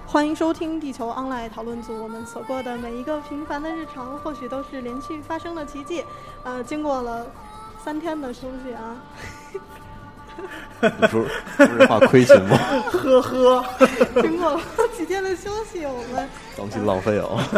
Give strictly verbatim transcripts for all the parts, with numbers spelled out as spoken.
欢迎收听地球 online 讨论组。我们所过的每一个平凡的日常，或许都是连续发生的奇迹。呃，经过了三天的休息啊。 你说说这话亏心吗？ 呵呵。 经过了几天的休息，我们当心浪费哦。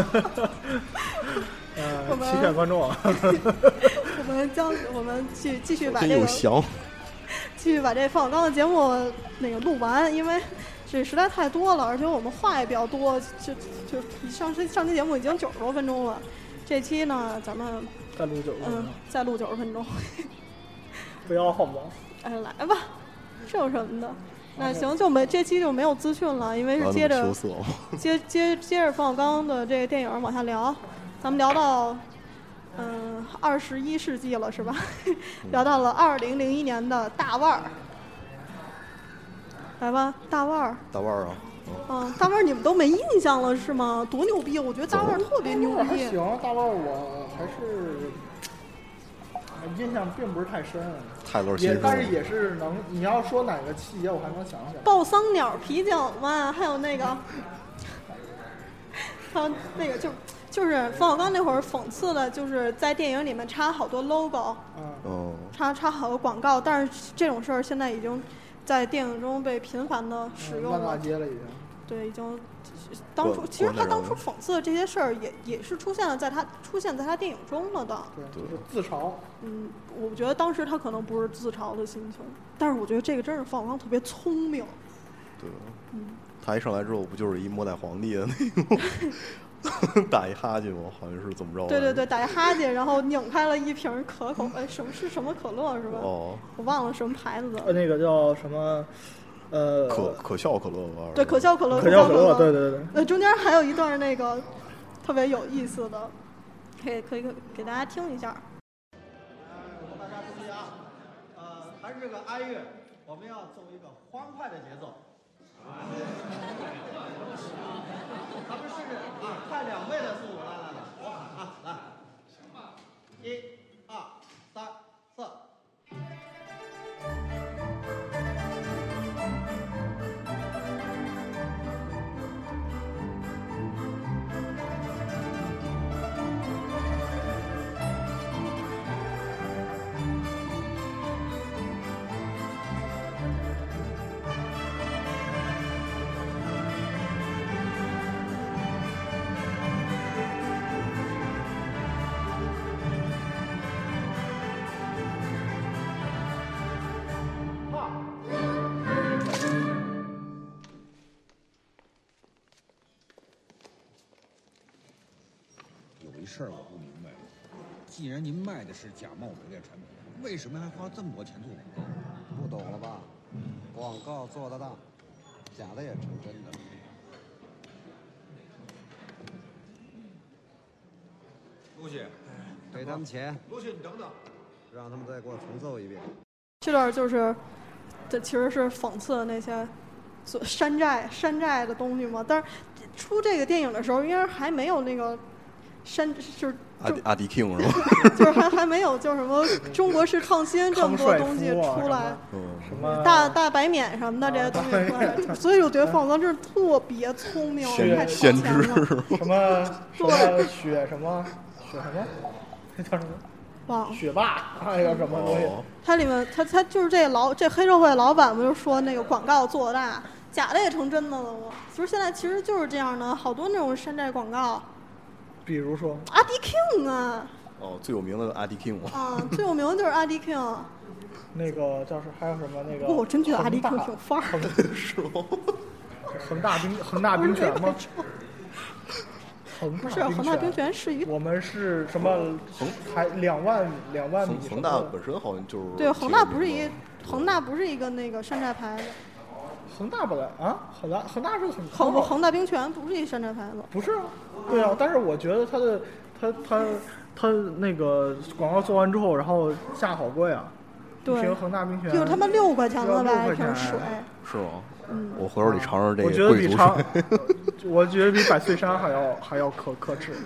呃，欺骗观众啊。 我们将我们去继续把这个继续把这冯小刚的节目那个录完，因为这实在太多了，而且我们话也比较多，就就上期上期节目已经九十多分钟了，这期呢咱们再录九十分钟， 嗯，再录九十分钟， 不要好吗？ 哎，来吧，这有什么的？那行，就没这期就没有资讯了，因为是接着接接接着冯小刚的这个电影往下聊，咱们聊到嗯二十一世纪了是吧？聊到了二零零一年的大腕儿。来吧，大腕儿。 大腕儿啊！ 嗯，大腕儿你们都没印象了是吗？多牛逼！我觉得大腕儿特别牛逼。 还行，大腕儿我还是印象并不是太深。 泰勒先生， 但是也是能，你要说哪个细节我还能想起来。 爆桑鸟啤酒嘛，还有那个，还有那个就就是冯小刚那会儿讽刺的，就是在电影里面插好多 logo， 嗯， 插插好多广告，但是这种事儿现在已经在电影中被频繁的使用了， 烂大街了已经。 对，已经。当初其实他当初讽刺的这些事儿，也也是出现了在他出现在他电影中了的。 对，就是自嘲。 嗯，我觉得当时他可能不是自嘲的心情，但是我觉得这个真是冯小刚特别聪明。 对， 嗯， 他一上来之后不就是一末代皇帝的那种打一哈欠吗？好像是怎么着？ 对对对，打一哈欠，然后拧开了一瓶可口，哎，什么是什么可乐是吧？ 哦， 我忘了什么牌子的。 呃，那个叫什么？呃， 可可笑可乐吧？ 对，可笑可乐， 可笑可乐，对对对。 呃，中间还有一段那个特别有意思的，可以可以给大家听一下。 大家注意啊，呃，还是这个哀乐，我们要走一个欢快的节奏。咱们试试啊，快两倍的速度，来来来，我喊啊，来，一、二、三、四。 事儿我不明白，既然您卖的是假冒伪劣产品，为什么还花这么多钱做广告？ 不懂了吧？广告做得大，假的也成真的。 陆姐， 给他们钱。 陆姐，你等等， 让他们再给我重奏一遍。 这段就是，这其实是讽刺那些山寨山寨的东西嘛。但是出这个电影的时候，应该还没有那个。山就是阿迪阿迪 King 是吧？ 就是还还没有就是什么中国式创新这么多东西出来， 什么大大白免什么的这些东西出来，所以我觉得冯小刚真是特别聪明，太超前了。 什么什么雪什么雪什么，那叫什么？ 忘了。 雪霸那个什么东西？ 它里面他他就是这老这黑社会老板不就说那个广告做大，假的也成真的了吗？其实现在其实就是这样的，好多那种山寨广告。 比如说阿迪 King 啊， 哦，最有名的阿迪 King 嘛， 啊，最有名的就是阿迪 King。 那个叫是还有什么那个？ 我真觉得阿迪 King 挺范儿的， 是吗？ 恒大冰恒大冰泉吗？恒大不是恒大冰泉是一， 我们是什么？恒还两万两万米。 恒大本身好像就是对，恒大不是一恒大不是一个那个山寨牌子。 恒大不来啊？恒大恒大是很恒恒大冰泉不是一山寨牌子。 不是啊，对啊，但是我觉得它的它它它那个广告做完之后，然后价好贵啊。 对。 一瓶恒大冰泉。 就他妈六块钱了吧一瓶水。 是吗？ 嗯。 我回头得尝尝这个贵族水。我觉得比长，我觉得比百岁山还要还要可可耻。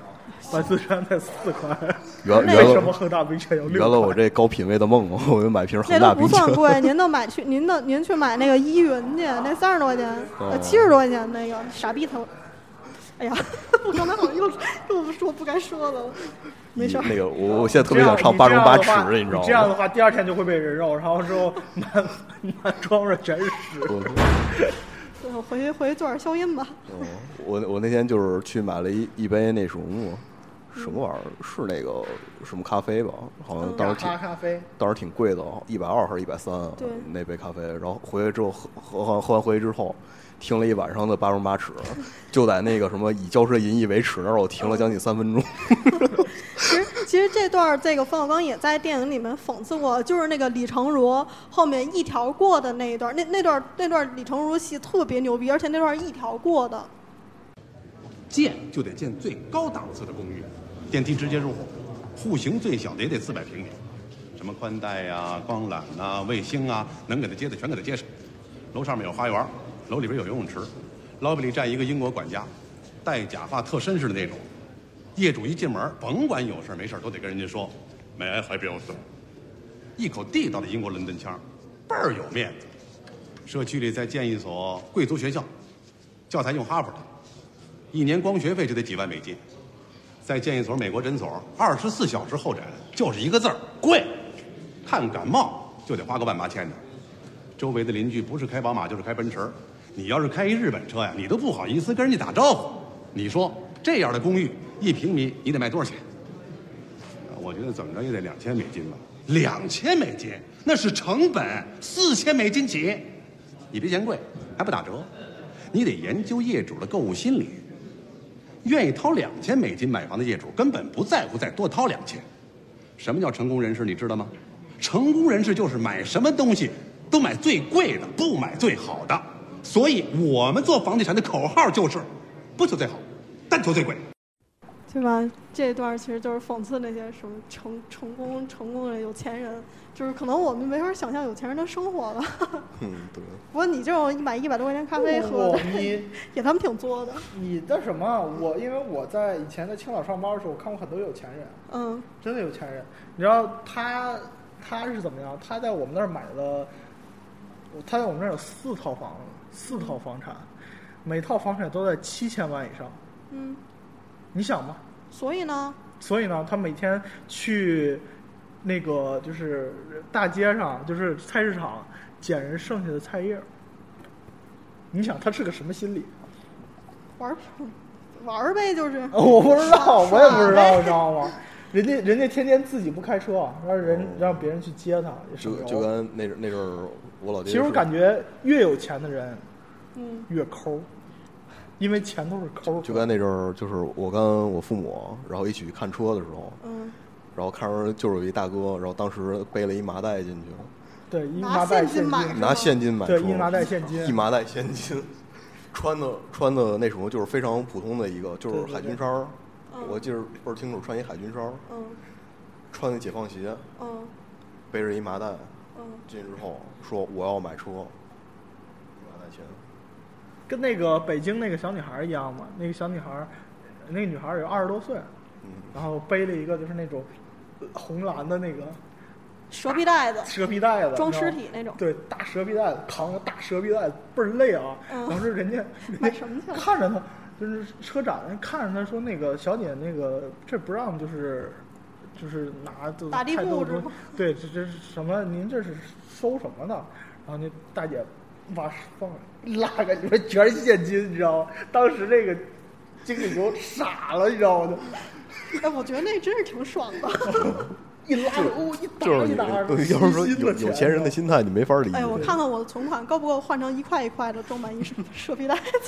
买自然才四块。 原为什么恒大冰泉要六块？ 原来我这高品位的梦，我就买瓶恒那都不大冰泉。 算贵，您都买去，您的您去买那个依云去，那三十多块钱，呃七十多块钱那个傻逼头。哎呀，我刚才好像又又说不该说的了，没事。 那个我我现在特别想唱八荣八耻，你知道吗？ 这样的话，第二天就会被人肉，然后之后满满装着全是屎。 对，我回去回去做点消音吧。 嗯，我我那天就是去买了一一杯那什么什么玩意儿，是那个什么咖啡吧？好像当时挺咖啡， 当时挺贵的，一百二还是一百三？ 对， 那杯咖啡，然后回去之后喝喝喝完回去之后。听了一晚上的八荣八耻，就在那个什么以骄奢淫逸为耻那儿，我停了将近三分钟。 其实，其实这段这个冯小刚也在电影里面讽刺过，就是那个李成儒后面一条过的那一段，那那段那段李成儒戏特别牛逼，而且那段一条过的。 建就得建最高档次的公寓，电梯直接入户，户型最小的也得四百平米，什么宽带呀、啊、光缆呐、卫星啊，能给它接的全给它接上。楼上面有花园。楼里边有游泳池，lobby里站一个英国管家，戴假发特绅士的那种。业主一进门，甭管有事没事都得跟人家说 ，May I help you？ 一口地道的英国伦敦腔，倍儿有面子。社区里再建一所贵族学校，教材用哈佛的，一年光学费就得几万美金。再建一所美国诊所，二十四小时候诊，就是一个字儿贵。看感冒就得花个万八千的。周围的邻居不是开宝马就是开奔驰。你要是开一日本车呀，你都不好意思跟人家打招呼。你说这样的公寓一平米你得卖多少钱？我觉得怎么着也得两千美金吧。两千美金那是成本，四千美金起。你别嫌贵，还不打折。你得研究业主的购物心理。愿意掏两千美金买房的业主根本不在乎再多掏两千。什么叫成功人士？你知道吗？成功人士就是买什么东西都买最贵的，不买最好的。所以我们做房地产的口号就是不求最好，但求最贵， 对吧？这段其实就是讽刺那些什么成成功成功的有钱人，就是可能我们没法想象有钱人的生活了。 嗯，对。 不过你这种一买一百多块钱咖啡喝的， 你也他们挺作的。 你的什么？我因为我在以前在青岛上班的时候，我看过很多有钱人， 嗯， 真的有钱人。你知道他他是怎么样？他在我们那儿买了，他在我们那儿有四套房子。四套房产，每套房产都在七千万以上。 嗯， 你想吧。 所以呢？ 所以呢，他每天去那个就是大街上，就是菜市场捡人剩下的菜叶。你想他是个什么心理？ 玩玩呗，就是。 我不知道，我也不知道，你知道吗？人家人家天天自己不开车，让人让别人去接他， 就就跟那那阵儿我老爹。 其实我感觉越有钱的人， 嗯， 越抠，因为钱都是抠。 就跟那阵儿，就是我跟我父母，然后一起去看车的时候， 嗯， 然后看着就是有一大哥，然后当时背了一麻袋进去， 对，一麻袋现金买， 拿现金买车， 对，一麻袋现金， 一麻袋现金，穿的穿的那什么就是非常普通的一个，就是海军衫。我记得倍儿清楚，穿一海军衫， 嗯， 穿那解放鞋， 嗯， 背着一麻袋， 嗯， 进去之后说我要买车，麻袋钱， 跟那个北京那个小女孩一样嘛。那个小女孩，那个女孩有二十多岁， 嗯， 然后背了一个就是那种红蓝的那个蛇皮袋子， 蛇皮袋子装尸体那种， 对，大蛇皮袋子，扛个大蛇皮袋子倍儿累啊。 嗯、 然后是人家买什么去了？ 看着他。就是车展看着他说那个小姐那个这不让就是就是拿就打地铺是吗？ 对，这这是什么？您这是收什么的？然后那大姐把放拉开里面全是现金，你知道吗？当时那个经理给我傻了，你知道吗？ 哎，我觉得那真是挺爽的。 一拉哦，一打就是一打， 要是说有有钱人的心态，你没法理解。 哎，我看看我的存款够不够换成一块一块的装满一蛇皮袋子。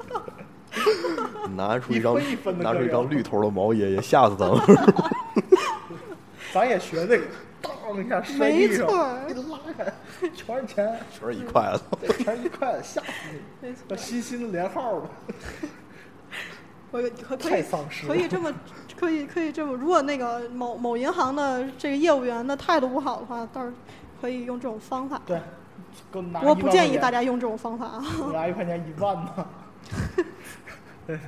拿出一张拿出一张绿头的毛爷爷，吓死咱们！ 咱也学这个，当一下摔地上，一拉开，全是钱， 全是一块的， 全是一块的，吓死你！要新新的连号的， 我可太丧尸， 可以这么，可以可以这么。如果那个某某银行的这个业务员的态度不好的话，倒是可以用这种方法。 对， 我不建议大家用这种方法啊。 拿一块钱一万呢。对，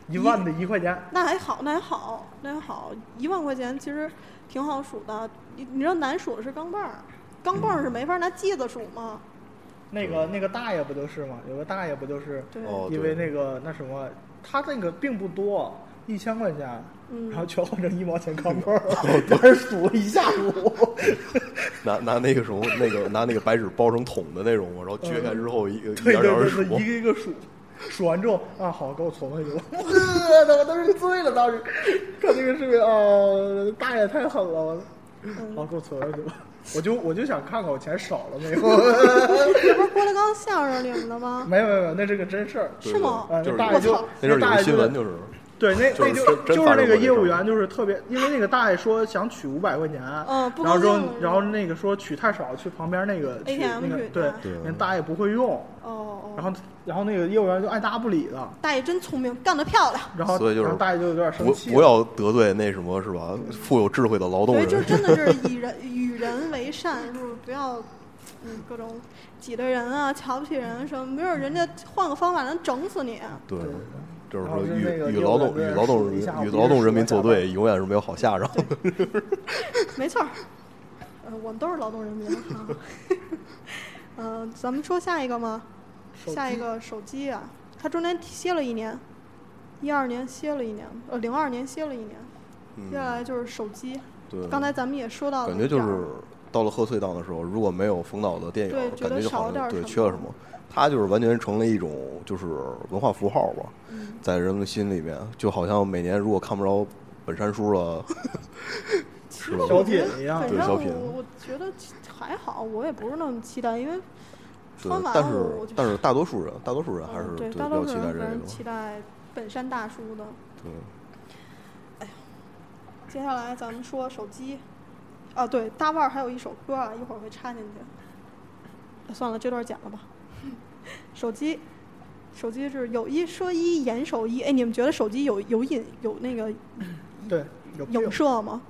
一万的一块钱， 那还好，那还好，那还好，一万块钱其实挺好数的。你你知道难数的是钢镚儿，钢镚儿是没法拿剂子数吗？ 那个那个大爷不就是吗？有个大爷不就是，因为那个那什么，他这个并不多，一千块钱， 嗯、 然后全换成一毛钱钢镚儿，在那数了一下午。 拿拿那个什么，那个拿那个白纸包成桶的那种，然后撅开之后一个、嗯、 一点点数，一个一个数。数完之后啊，好，给我存回去了。我当时醉了，当时看那个视频啊，大爷太狠了， 嗯、 好，给我存回去了。我就我就想看看我钱少了没有。 这不是郭德纲相声里面的吗？ 没有没有没有，那是个真事儿。 是吗？ 啊， 就是大爷就那大爷新闻就是。 对，那那就就是那个业务员，就是特别，因为那个大爷说想取五百块钱， 嗯， 然后说，然后那个说取太少，去旁边那个 A T M 那个对，那大爷不会用， 哦， 然后然后那个业务员就爱答不理的。 大爷真聪明，干得漂亮。 然后所以就是大爷就有点生气， 不不要得罪那什么是吧？富有智慧的劳动人。 所以就真的是以人与人为善，是不是？不要嗯各种挤兑人啊，瞧不起人什么，没准人家换个方法能整死你。 对。就是说与与劳动与劳动与劳动人民作对，永远是没有好下场。 没错，呃，我们都是劳动人民啊。嗯、呃，咱们说下一个吗？下一个手机啊，它中间歇了一年，一二年歇了一年，呃，零二年歇了一年，接下来就是手机。 对， 刚才咱们也说到了， 感觉就是到了贺岁档的时候，如果没有冯导的电影，感觉就好像对缺了什么。它就是完全成了一种就是文化符号吧， 嗯、 在人们心里面，就好像每年如果看不着本山叔了，是吧？ 小品一样， 对小品。 我我觉得还好，我也不是那么期待，因为春晚但是但是大多数人，大多数人还是、 嗯、对比较期待这个， 期待本山大叔的。 对。 哎呀，接下来咱们说手机，啊，对，大腕儿还有一首歌啊，一会儿会插进去。算了，这段剪了吧。手机，手机是有一说一，严守一。哎，你们觉得手机有有影有那个对有影射吗？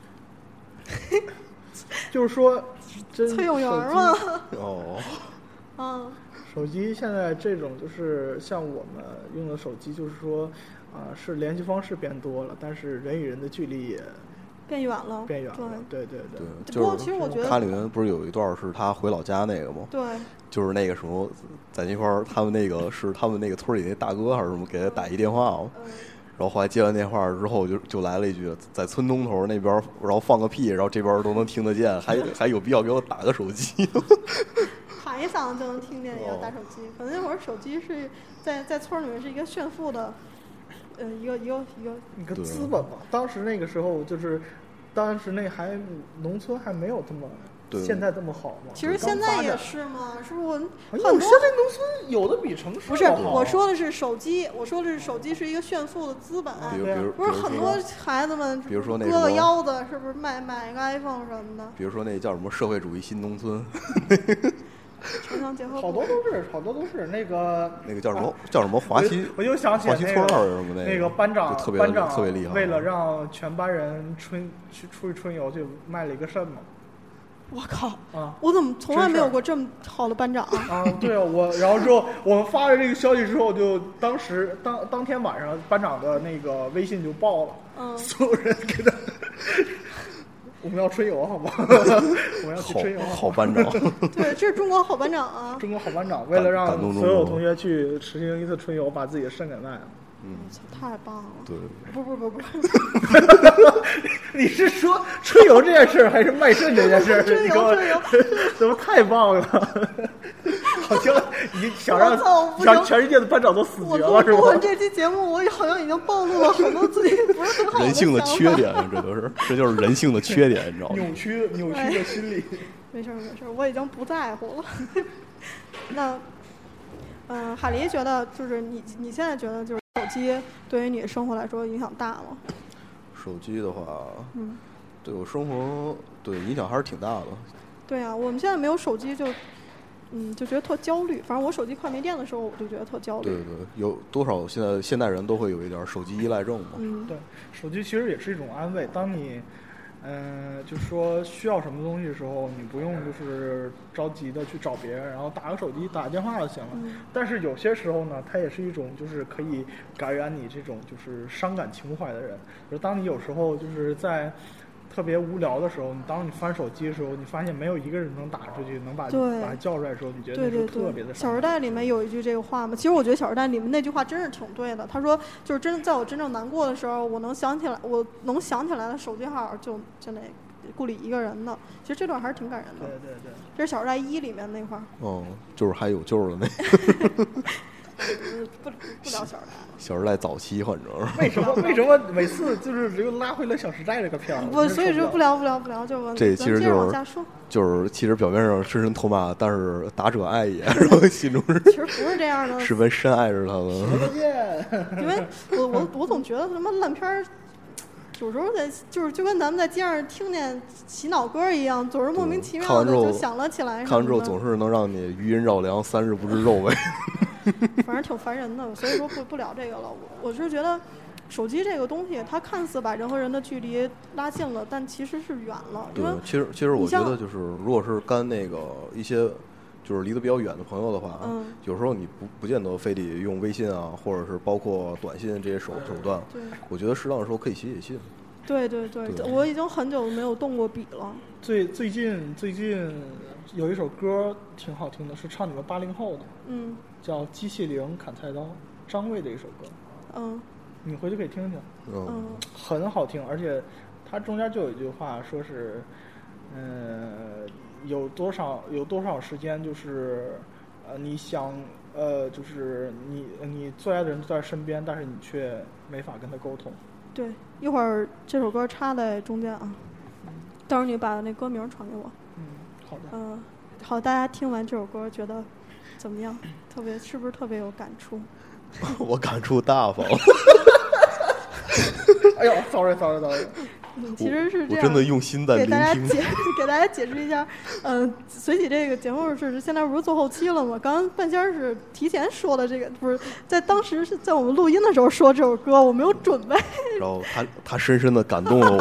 就是说， 崔永元吗？ 哦， 嗯， 手机现在这种就是像我们用的手机，就是说啊、呃，是联系方式变多了，但是人与人的距离也变远了， 变远了，对对对对。 不过其实我觉得， 它里面不是有一段是他回老家那个吗？ 对， 就是那个什么，在那块儿，他们那个是他们那个村里那大哥还是什么，给他打一电话嘛。 嗯、 然后后来接完电话之后就，就就来了一句，在村东头那边，然后放个屁，然后这边都能听得见，还还有必要给我打个手机？ 喊一嗓子就能听见，也要打手机。可能那会儿手机是在在村里面是一个炫富的。呃，一个一个一个一个资本嘛，当时那个时候就是，当时那还农村还没有这么现在这么好嘛。 其实现在也是嘛，是不是？很多现在农村有的比城市不是，我说的是手机，我说的是手机是一个炫富的资本。 比如，比如， 不是很多孩子们， 比如说那割个腰子，是不是买买个 iPhone 什么的？ 比如说那叫什么社会主义新农村。 城乡结合， 好多都是，好多都是那个那个叫什么、啊、叫什么华西， 我就想起来那个什么那个班长， 特别班长特别厉害， 为了让全班人春去出去春游去卖了一个肾嘛。 我靠！ 啊， 我怎么从来没有过这么好的班长啊？ 啊，对啊，我然后之后我们发了这个消息之后，就当时当当天晚上班长的那个微信就爆了， 嗯， 所有人给他。我们要春游，好吗？我们要去春游。 好班长。 对，这是中国好班长啊！ 中国好班长，为了让所有同学去实行一次春游，把自己的肾给卖了。 嗯， 太棒了。 对。 不不不不。 你是说春游这件事儿，还是卖肾这件事儿？ 春游春游， 怎么太棒了？好像你想让想全世界的班长都死绝了，是吧？ 我这期节目，我好像已经暴露了很多自己不是很好的人性的缺点，这都是，这就是人性的缺点，你知道吗？ 扭曲扭曲的心理。 没事没事，我已经不在乎了。那，嗯、呃，海狸觉得，就是你你现在觉得，就是手机对于你的生活来说影响大吗？ 手机的话， 嗯， 对我生活对影响还是挺大的。 对啊，我们现在没有手机就。嗯，就觉得特焦虑。反正我手机快没电的时候，我就觉得特焦虑。 对对，有多少现在现代人都会有一点手机依赖症嘛？ 嗯， 对，手机其实也是一种安慰。当你， 嗯、呃，就是说需要什么东西的时候，你不用就是着急的去找别人，然后打个手机打个电话就行了。 嗯、 但是有些时候呢，它也是一种就是可以感染你这种就是伤感情怀的人。就是当你有时候就是在特别无聊的时候，你当你翻手机的时候，你发现没有一个人能打出去，能把把他叫出来的时候，你觉得那是特别的。 小时代里面有一句这个话嘛，其实我觉得小时代里面那句话真是挺对的。他说，就是真在我真正难过的时候，我能想起来，我能想起来的手机号就就那顾里一个人的。其实这段还是挺感人的。 对对对， 这是小时代一里面那块儿。 哦，就是还有救的那个。 不不聊小时代了， 小时代早期反正为什么为什么每次就是又拉回了小时代这个片儿？ 不，所以说不聊不聊不聊，就这其实就是就是其实表面上深深痛骂，但是打者爱也，然后心中是其实不是这样的， 十分深爱着他的。 因为我我我总觉得什么烂片儿。有时候在就是就跟咱们在街上听见洗脑歌一样，总是莫名其妙的就想了起来。 看完之后总是能让你余音绕梁，三日不知肉味。 反正挺烦人的，所以说不不聊这个了。我我是觉得，手机这个东西，它看似把人和人的距离拉近了，但其实是远了。 对，其实其实我觉得就是，如果是跟那个一些就是离得比较远的朋友的话， 嗯， 有时候你不不见得非得用微信啊，或者是包括短信这些手手段。 对， 我觉得适当的时候可以写写信。 对对 对, 对，我已经很久没有动过笔了。 最最近最近有一首歌挺好听的，是唱你们八零后的， 嗯， 叫《机器灵砍菜刀》，张卫的一首歌。 嗯， 你回去可以听听， 嗯， 很好听，而且它中间就有一句话说是，嗯、呃，有多少有多少时间就是，呃，你想呃，就是你你最爱的人就在身边，但是你却没法跟他沟通。 对，一会儿这首歌插在中间啊，到时候你把那歌名传给我。 嗯，好的。 嗯、呃，好，大家听完这首歌觉得怎么样？特别是不是特别有感触？ 我感触大发。 哎呦 ，sorry sorry sorry。 其实是这样， 我真的用心在聆听。 给大家解给大家解释一下，嗯、呃，随喜这个节目是现在不是做后期了吗？刚刚半仙儿是提前说的这个，不是在当时是在我们录音的时候说这首歌，我没有准备。 然后他他深深的感动了我。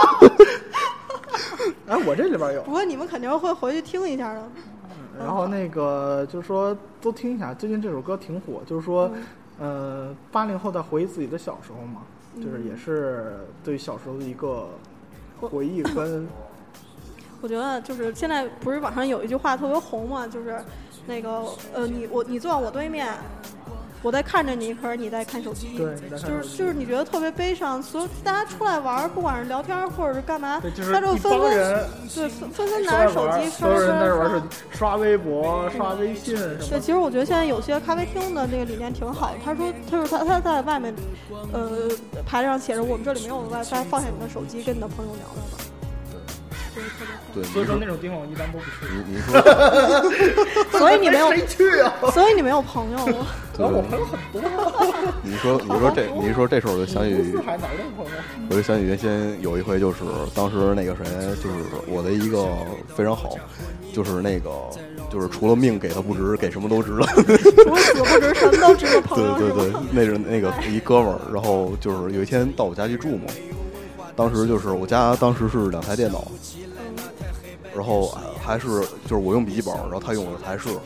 哎，我这里边有。 不过你们肯定会回去听一下的。 嗯、然后那个就是说都听一下，最近这首歌挺火，就是说，嗯、呃，八零后在回忆自己的小时候嘛。就是也是对小时候的一个回忆跟， 我觉得就是现在不是网上有一句话特别红嘛，就是那个呃你我你坐在我对面，我在看着你，可是你在看手机。 对， 就是就是你觉得特别悲伤，所以大家出来玩，不管是聊天或者是干嘛， 就是他就纷纷人对纷纷纷拿着手机， 所有人在这玩手机，刷微博、刷微信什么。 对，其实我觉得现在有些咖啡厅的这个理念挺好的。他说，他说他他在外面，呃，牌子上写着我们这里没有 WiFi， 放下你的手机，跟你的朋友聊聊吧。 对， 所以说那种地方我一般都不去。 你你说， 所以你没有谁去啊？ 所以你没有朋友。 然后我朋友很多。 你说你说这你说这时候我就想起， 海哪朋友？ 我就想起原先有一回，就是当时那个谁，就是我的一个非常好，就是那个就是除了命给他不值，给什么都值了。 除了死不值，什么都值的朋友。 对对对，那是那个一哥们儿，然后就是有一天到我家去住嘛。当时就是我家当时是两台电脑，然后还是就是我用笔记本，然后他用我的台式。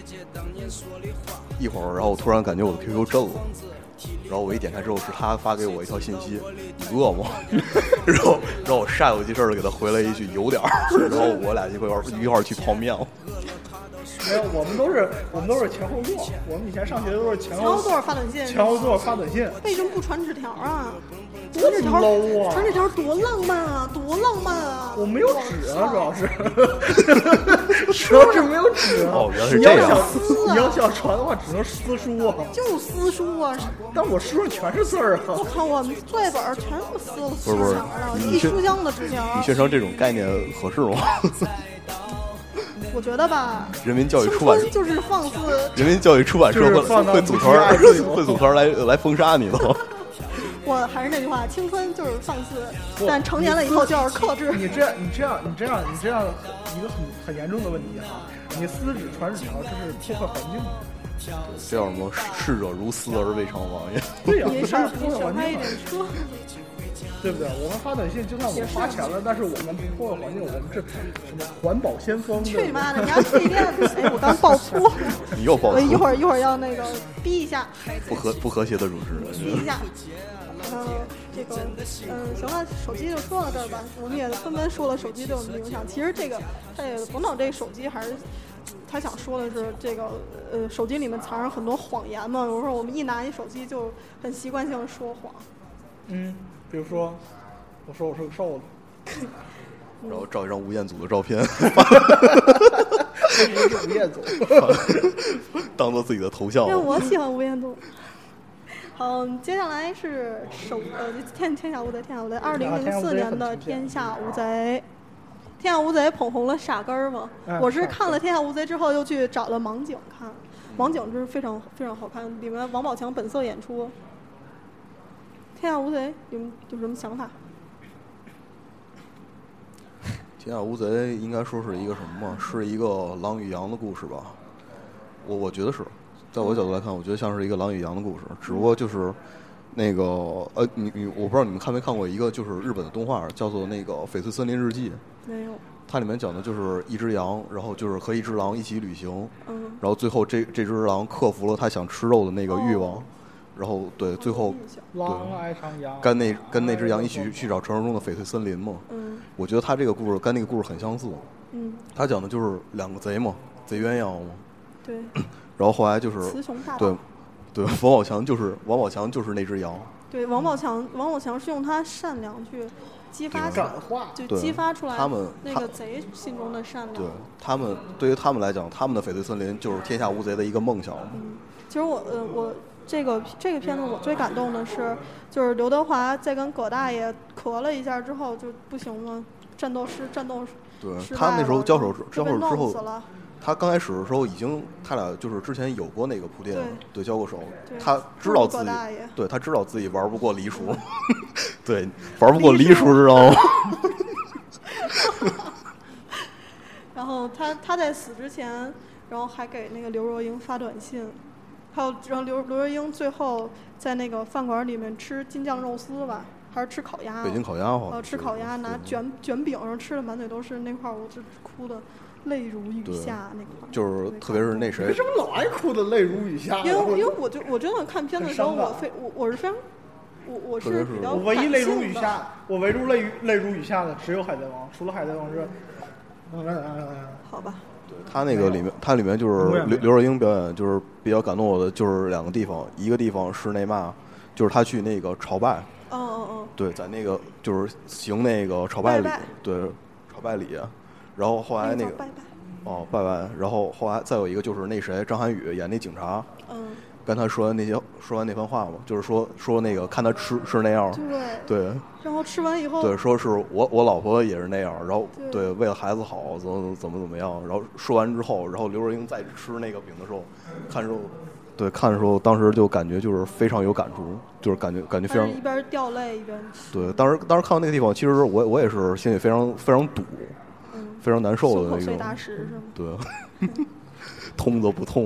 一会儿，然后我突然感觉我的 Q Q 震了，然后我一点开之后是他发给我一条信息：“你饿吗？”然后，然后我煞有其事的给他回了一句：“有点儿。”然后我俩一块儿一块儿去泡面了。 没有，我们都是我们都是前后座，我们以前上学都是前后座发短信， 前后座发短信。 为什么不传纸条啊？ 多纸条 low 啊！ 传纸条多浪漫啊，多浪漫啊！ 我没有纸啊，主要是，主要是没有纸啊。 哦，原来是这样。 你要想传的话，只能私书啊。 就私书啊， 但我书上全是字儿啊。 我靠，我们作业本全是撕了不是不是， 一书箱的纸条。 你宣传这种概念合适吗？ 我觉得吧， 人民教育出版就是放肆， 人民教育出版社会会组团会组团来来封杀你的。 我还是那句话，青春就是放肆，但成年了以后就要克制。 你这样，你这样，你这样，你这样一个很很严重的问题哈，你撕纸传纸条，这是破坏环境。 这叫什么？逝者如斯而未尝往也。 对呀、啊， 你少你少开一点车， 对不对？我们发短信，就算我们花钱了，但是我们不破坏环境，我们是什么环保先锋？ 去你妈的！你家退电！哎，我刚爆粗， 你又爆粗！ 我一会儿一会儿要那个逼一下， 不和不和谐的主持人， 逼一下。嗯，这个，嗯，行了，手机就说到这儿吧。我们也纷纷说了手机对我们的影响。其实这个，他也甭等这个手机，还是他想说的是这个，呃，手机里面藏着很多谎言嘛。有时候我们一拿起手机就很习惯性的说谎。 嗯，比如说，我说我是个瘦子， 然后照一张吴彦祖的照片， 吴彦祖， 当做自己的头像。 因为我喜欢吴彦祖。好，接下来是手呃天天下无贼，天下无贼，二零零四年的天下无贼。天下无贼捧红了傻根儿嘛、嗯？我是看了天下无贼之后，又去找了盲井看，盲井真是非常非常好看，里面王宝强本色演出。天下无贼，你们有什么想法？ 天下无贼应该说是一个什么嘛？是一个狼与羊的故事吧？我我觉得是。在我的角度来看，我觉得像是一个狼与羊的故事，只不过就是那个呃，你你我不知道你们看没看过一个就是日本的动画，叫做那个《翡翠森林日记》。 没有。 它里面讲的就是一只羊，然后就是和一只狼一起旅行， 嗯， 然后最后这这只狼克服了它想吃肉的那个欲望，哦、然后对最后狼爱上羊， 跟那跟那只羊一起去找传说中的翡翠森林嘛。 嗯， 我觉得他这个故事跟那个故事很相似。 嗯， 他讲的就是两个贼嘛，贼鸳鸯嘛。 对。 然后后来就是雌雄大对，对，王宝强就是王宝强就是那只羊。 对，王宝强，王宝强是用他善良去激发感化， 就激发出来他们那个贼心中的善良。 对他们，对于他们来讲，他们的翡翠森林就是天下无贼的一个梦想。 嗯，其实我呃我这个这个片子我最感动的是，就是刘德华在跟葛大爷咳了一下之后就不行了，战斗失战斗对他那时候交手交手之后。 了他刚开始的时候已经，他俩就是之前有过那个铺垫， 对， 对交过手。他知道自己，对他知道自己玩不过黎叔，对，玩不过黎叔，知道吗？ 然后他他在死之前，然后还给那个刘若英发短信，还有然后刘刘若英最后在那个饭馆里面吃京酱肉丝吧，还是吃烤鸭？ 北京烤鸭好。呃，吃烤鸭拿卷卷饼，然后吃的满嘴都是那块儿，我就哭的。泪如雨下那块， 就是特别是那谁， 为什么老爱哭的泪如雨下？ 因为因为我就我真的看片的时候，我非我我是非常，我我是比较我唯一泪如雨下，我唯独泪泪如雨下的只有海贼王，除了海贼王是，嗯嗯嗯嗯， 好吧。 对他那个里面，他里面就是刘刘若英表演，就是比较感动我的，就是两个地方，一个地方是那嘛，就是他去那个朝拜， 哦哦哦， 对，在那个就是行那个朝拜礼，对，朝拜礼。然后后来那个拜拜哦拜拜，然后后来再有一个就是那谁张涵予演那警察， 嗯， 跟他说完那些说完那番话嘛，就是说说那个看他吃是那样， 对对， 然后吃完以后对说是我我老婆也是那样，然后 对, 对为了孩子好怎么怎么怎么样，然后说完之后，然后刘若英再吃那个饼的时候，看时候对看的时候，当时就感觉就是非常有感触，就是感觉感觉非常一边掉泪一边对，当时当时看到那个地方，其实我我也是心里非常非常堵。非常难受的那种， 大石是吗？ 对，痛则不痛。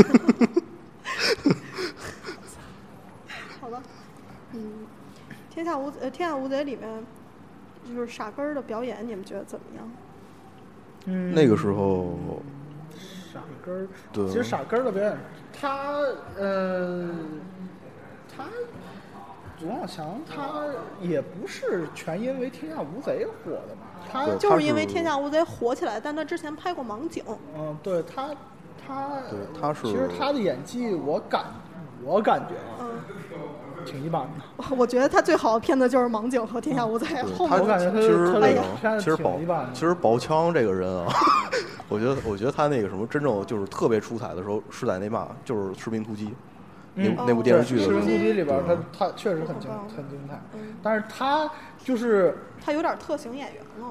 好吧，嗯，天下无呃天下无贼里面就是傻根儿的表演，你们觉得怎么样？ 嗯， 那个时候， 傻根儿， 对， 其实傻根儿的表演，他呃，他王宝强他也不是全因为天下无贼火的嘛。他就是因为天下无贼火起来，但他之前拍过盲井。 嗯，对他，他， 对他是， 其实他的演技，我感，我感觉啊， 嗯， 挺一般的。 我觉得他最好的片子就是盲井和天下无贼。后面我感觉他其实他那个，其实宝，其实宝强这个人啊，我觉得，我觉得他那个什么，真正就是特别出彩的时候，是在那嘛，就是《士兵突击》那那部电视剧的 《士兵突击》里边，他他确实很精很精彩，但是他就是他有点特型演员了。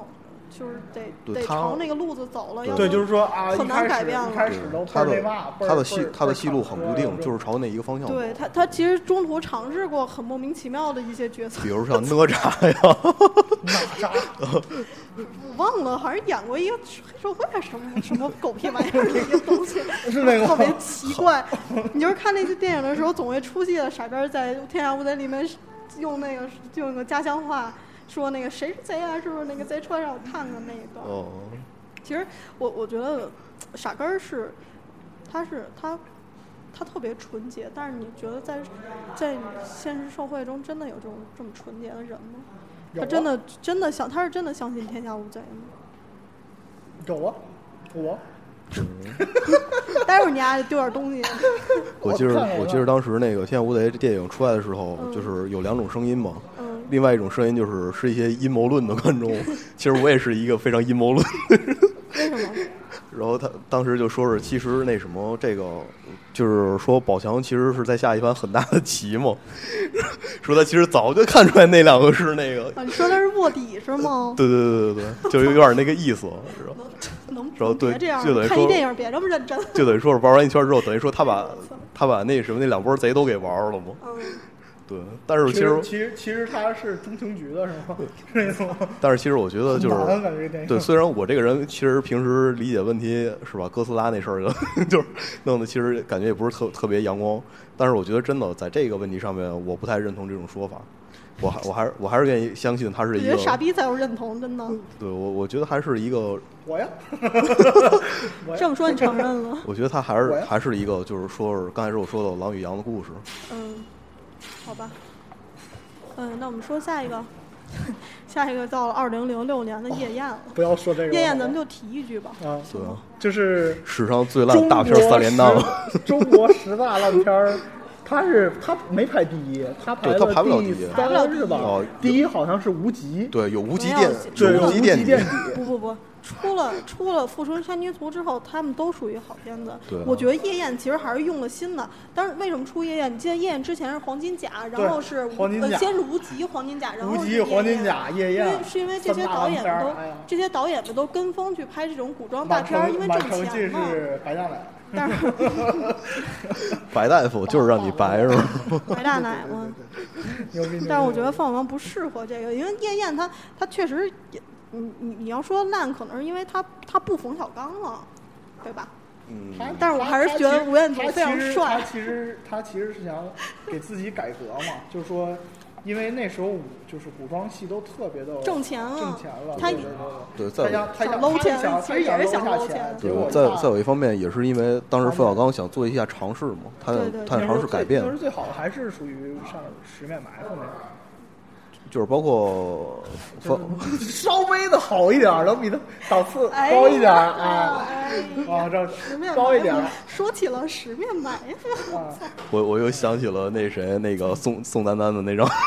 就是得得朝那个路子走了，要对，就是说啊， 很难改变了。 开始都他的他的戏他的戏路很固定，就是朝那一个方向走。 对他他其实中途尝试过很莫名其妙的一些角色， 比如像哪吒呀， 哪吒， 我忘了，好像演过一个黑社会什么什么狗屁玩意儿的一个东西， 是那个特别奇怪。你就是看那些电影的时候，总会出戏的傻边在《天下无贼》里面用那个用个家乡话。说那个谁是贼啊？是不是那个贼车让我看看那一段？ 哦， 其实我我觉得傻根儿是，他是他他特别纯洁，但是你觉得在在现实社会中真的有这种这么纯洁的人吗？他真的真的相他是真的相信天下无贼吗？ 有啊，我。 待会儿你还得丢点东西。 我记得我记得当时那个《天下无贼》这电影出来的时候，嗯、就是有两种声音嘛。嗯。另外一种声音就是是一些阴谋论的观众，其实我也是一个非常阴谋论的人。 为什么？ 然后他当时就说是，其实那什么，这个就是说宝强其实是在下一盘很大的棋嘛，说他其实早就看出来那两个是那个。 啊、你说的是卧底是吗？ 对对对对对，就有点那个意思，是吧？ 能然后对， 别这样， 就等于说看一电影别这么认真。 就等于说是玩完一圈之后，等于说他把他把那什么那两波贼都给玩了嘛。嗯。对，但是其实其实其实他是中情局的是吗？是那种。 但是其实我觉得就是对，虽然我这个人其实平时理解问题是吧，哥斯拉那事儿就就是弄得其实感觉也不是特特别阳光，但是我觉得真的在这个问题上面，我不太认同这种说法。我还我还是我还是愿意相信他是一个。 我觉得傻逼才有认同，真的。 对我我觉得还是一个。 我呀。 这么说你承认了？ 我觉得他还是还是一个，就是说是刚才是我说的狼与羊的故事。 嗯。好吧，嗯，那我们说下一个，下一个到了二零零六年的夜宴了、哦。 不要说这个。 夜宴咱们就提一句吧。 啊， 对啊， 就是史上最烂大片三连档。 中国十大烂片儿，他是他没排第一，他排了第三是吧？哦，第一好像是无极。 对，有无极垫， 对， 无极垫底。 不不不。出了出了《富春山居图》之后，他们都属于好片子。 对、啊， 我觉得《夜宴》其实还是用了心的。但是为什么出《夜宴》？你记得《夜宴》之前是黄金甲，然后是黄金甲、 呃，先是无极、黄金甲，然后无极、黄金甲、夜宴。 因为是因为这些导演们都、哎、这些导演们都跟风去拍这种古装大片，因为挣钱嘛。 是白大奶。 但是白大夫就是让你白是吧？ 白大奶嘛。但是我觉得凤凰王不适合这个，因为《夜宴》它它确实也。你你你要说烂，可能是因为他他不冯小刚了，对吧？ 嗯。 但是我还是觉得吴彦祖非常帅。 他其实他其实是想给自己改革嘛，就是说，因为那时候就是古装戏都特别的挣钱了， 挣钱了。 他对，再他想搂钱， 其实也是想搂钱。 对，再再有一方面也是因为当时冯小刚想做一下尝试嘛，他他尝试改变。 当时最好的还是属于上十面埋伏那种。 就是包括稍微的好一点，能比他档次高一点，哎，啊，这高一点。 说起了十面埋伏， 我我又想起了那谁，那个宋宋丹丹的那张，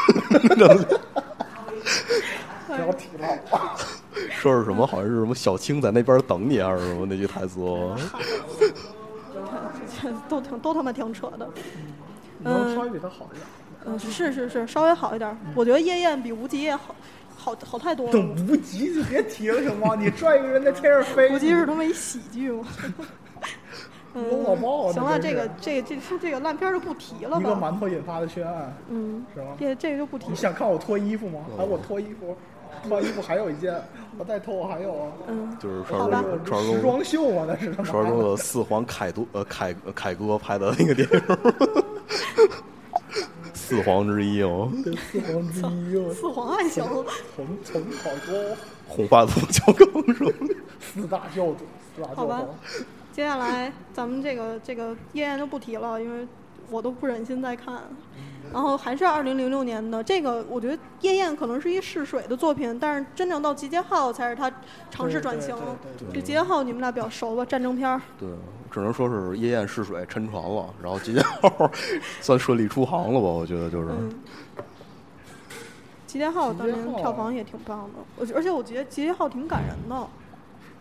不要提了。 说是什么？好像是什么小青在那边等你，还是什么那句台词？ 都挺都他妈挺扯的。 能稍微比他好一点。 嗯，是是是，稍微好一点。嗯、我觉得夜宴比无极也好，好好太多了。 等无极就别提了，行吗？你拽一个人在天上飞。 无极是他妈一喜剧吗？嗯， 我爆行了，这个这个这这这个烂片就不提了吧。 一个馒头引发的血案， 嗯， 是吗？ 这这个就不提。 你想看我脱衣服吗？还、哦、我脱衣服，脱衣服还有一件，我再脱我还有啊。 嗯， 就是传说中传说时装秀嘛，那是传说中的四皇凯多呃凯凯哥拍的那个电影。四皇之一哦， 对，四皇之一哦， 四皇还行， 从从好多红发族教纲什么四大教主，四大教好吧，接下来咱们这个这个夜宴就不提了，因为我都不忍心再看。然后还是二零零六年的这个，我觉得夜宴可能是一试水的作品，但是真正到集结号才是他尝试转型。这集结号你们俩比较熟吧？战争片。 对，只能说是夜宴试水沉船了，然后集结号算顺利出航了吧？我觉得就是。嗯、 集结号当年票房也挺棒的，我而且我觉得集结号挺感人的。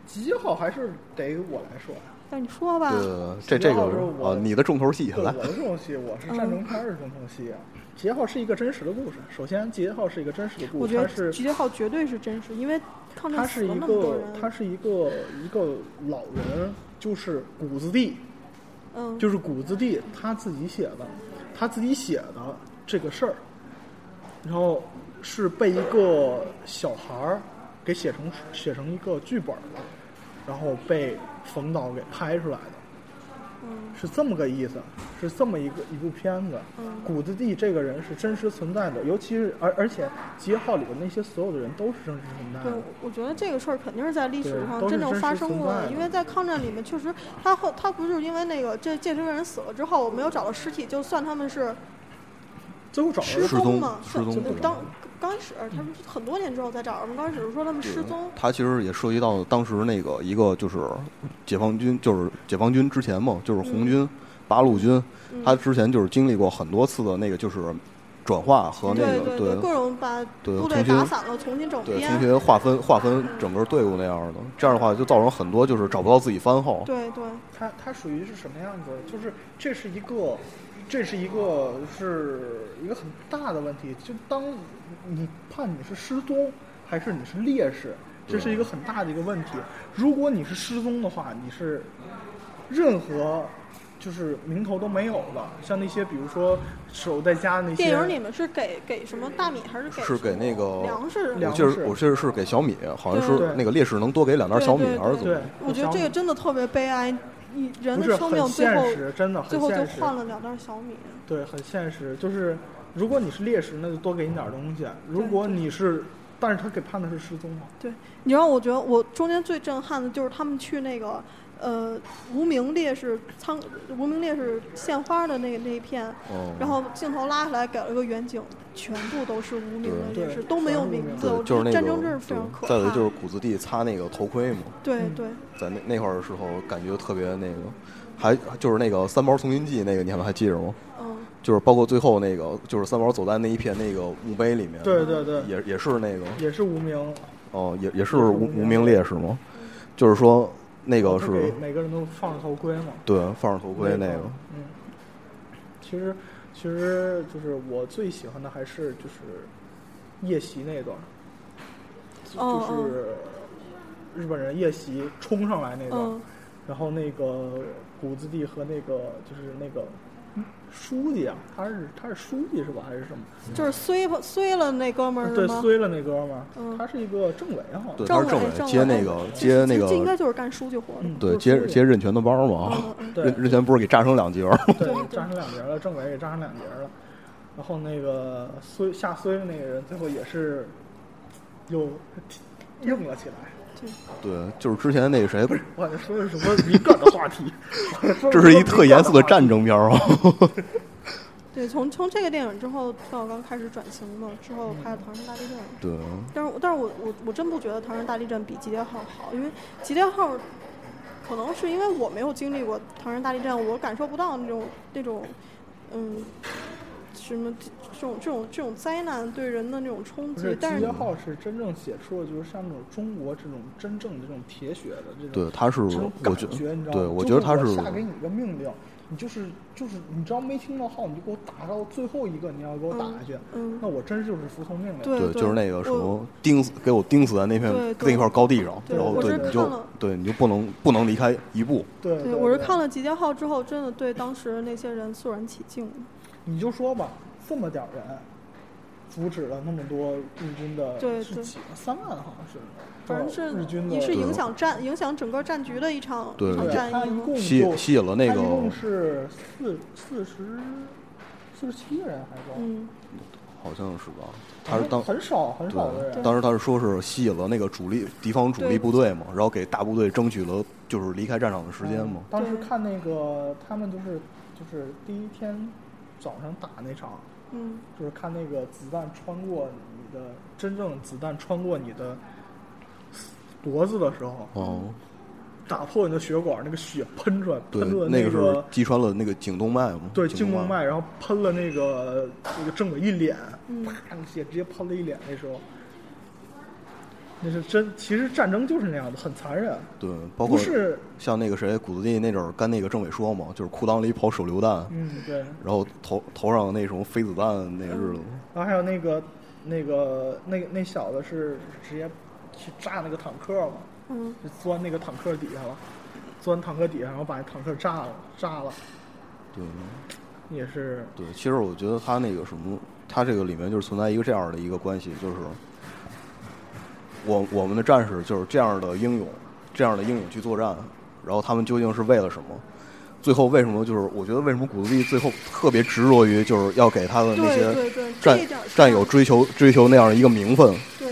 集结号还是得我来说呀。 但你说吧， 对，这这个啊，你的重头戏来， 我的重头戏，我是战争片的重头戏啊。集结号是一个真实的故事，首先集结号是一个真实的故事， 我觉得它是集结号绝对是真实，因为抗战死了那么多人。 他是一个一个老人，就是谷子地， 嗯， 就是谷子地他自己写的，他自己写的这个事儿，然后是被一个小孩儿给写成写成一个剧本了，然后被冯导给拍出来的。 嗯， 是这么个意思，是这么一个一部片子。 嗯， 谷子地这个人是真实存在的，尤其是而而且集结号里的那些所有的人都是真实存在的。 对，我觉得这个事儿肯定是在历史上真正发生过的，因为在抗战里面确实，他后他不是因为那个这这些个人死了之后，我没有找到尸体，就算他们是最后找失踪嘛， 失踪当刚开始他们很多年之后才找着，刚开始是说他们失踪。 他其实也涉及到当时那个一个就是解放军，就是解放军之前嘛，就是红军、嗯、八路军， 嗯、 他之前就是经历过很多次的那个就是转化和那个对对对各种把部队打散了，重新整编， 对，重新划分划分整个队伍那样的，这样的话就造成很多就是找不到自己番号。 对对， 他他属于是什么样子？就是这是一个。这是一个是一个很大的问题，就当你判你是失踪还是你是烈士，这是一个很大的一个问题。如果你是失踪的话，你是任何就是名头都没有的，像那些比如说守在家那些。 电影里面是给给什么大米还是给？ 是给那个粮食。 我记得我记得是给小米，好像是那个烈士能多给两袋小米还是怎么？ 对， 我觉得这个真的特别悲哀。你人的生命最后真的最后就换了两袋小米。 对，很现实。就是如果你是烈士，那就多给你点东西；如果你是，但是他给判的是失踪嘛。 对，你让我觉得我中间最震撼的就是他们去那个呃无名烈士仓无名烈士献花的那个那一片， 哦、 然后镜头拉下来给了个远景，全部都是无名的烈士，都没有名字。我就是那个战争真是非常可怕。 再有就是谷子地擦那个头盔嘛。 对对。 在那那块儿的时候，感觉特别那个，还就是那个三毛丛林记那个，你们还记着吗？ 嗯。 就是包括最后那个，就是三毛走在那一片那个墓碑里面。 对对对。 也也是那个。 也是无名。 哦，也也是无无名烈士吗？就是说那个是。 每个人都放着头盔嘛。 对，放着头盔那个。 嗯。其实，其实就是我最喜欢的还是就是夜袭那段。 哦。 就是。日本人夜袭冲上来那个， 嗯、 然后那个谷子地和那个就是那个书记啊，他是他是书记是吧还是什么？ 就是衰衰了那哥们儿对，衰了那哥们儿， 嗯、 他是一个政委哈。 对，他是政委，接那个接那个， 这应该就是干书记活的。 嗯、 对，接接任权的班嘛。任任权不是给炸成两截儿？ 对，炸成两截了，政委给炸成两截了。然后那个衰下衰的那个人，最后也是又硬了起来。 对，就是之前那个谁， 我还说的什么敏感的话题？ 这是一特严肃的战争片啊！ 对，从从这个电影之后，冯小刚开始转型嘛，之后拍了《唐山大地震》。 对。 但是，但是我我我真不觉得《唐山大地震》比《集结号》好，因为《集结号》可能是因为我没有经历过唐山大地震，我感受不到那种那种嗯什么。这种这种这种灾难对人的那种冲击，但是集结号是真正写出了就是像那种中国这种真正的这种铁血的这种， 对，他是我觉得，对，我觉得他是下给你一个命令，你就是就是你只要没听到号，你就给我打到最后一个，你要给我打下去， 嗯， 那我真就是服从命令。 对， 就是那个什么钉死给我钉死在那片那块高地上，然后对你就对你就不能不能离开一步。 对， 对我是看了集结号之后，真的对当时那些人肃然起敬。 你就说吧。这么点人，阻止了那么多日军的， 对是几三万好像是， 反正是日军的， 也是影响战、影响整个战局的一场一场战役。 吸吸引了那个， 一共是四四十四十七个人还是？ 嗯， 好像是吧？他是当很少很少的人。 当时他是说是吸引了那个主力敌方主力部队嘛，然后给大部队争取了就是离开战场的时间嘛。 嗯、当时看那个他们就是就是第一天早上打那场。 嗯， 就是看那个子弹穿过你的，真正子弹穿过你的脖子的时候， 哦， 打破你的血管，那个血喷出来，喷了那个是击穿了那个颈动脉嘛？ 对，颈动脉，然后喷了那个那个政委一脸， 嗯， 啪，那个血直接喷了一脸。那时候， 那是真，其实战争就是那样的，很残忍。 对，包括是像那个谁，谷子地那阵儿干那个政委说嘛，就是裤裆里跑手榴弹， 嗯，对， 然后头头上那什么飞子弹那个日子， 然后还有那个那个那那小子是直接去炸那个坦克嘛， 嗯， 就钻那个坦克底下了，钻坦克底下，然后把那坦克炸了，炸了。 对， 也是对。其实我觉得他那个什么，他这个里面就是存在一个这样的一个关系，就是我我们的战士就是这样的英勇，这样的英勇去作战，然后他们究竟是为了什么？最后为什么就是我觉得为什么谷子地最后特别执着于就是要给他的那些战战友追求追求那样的一个名分？ 对。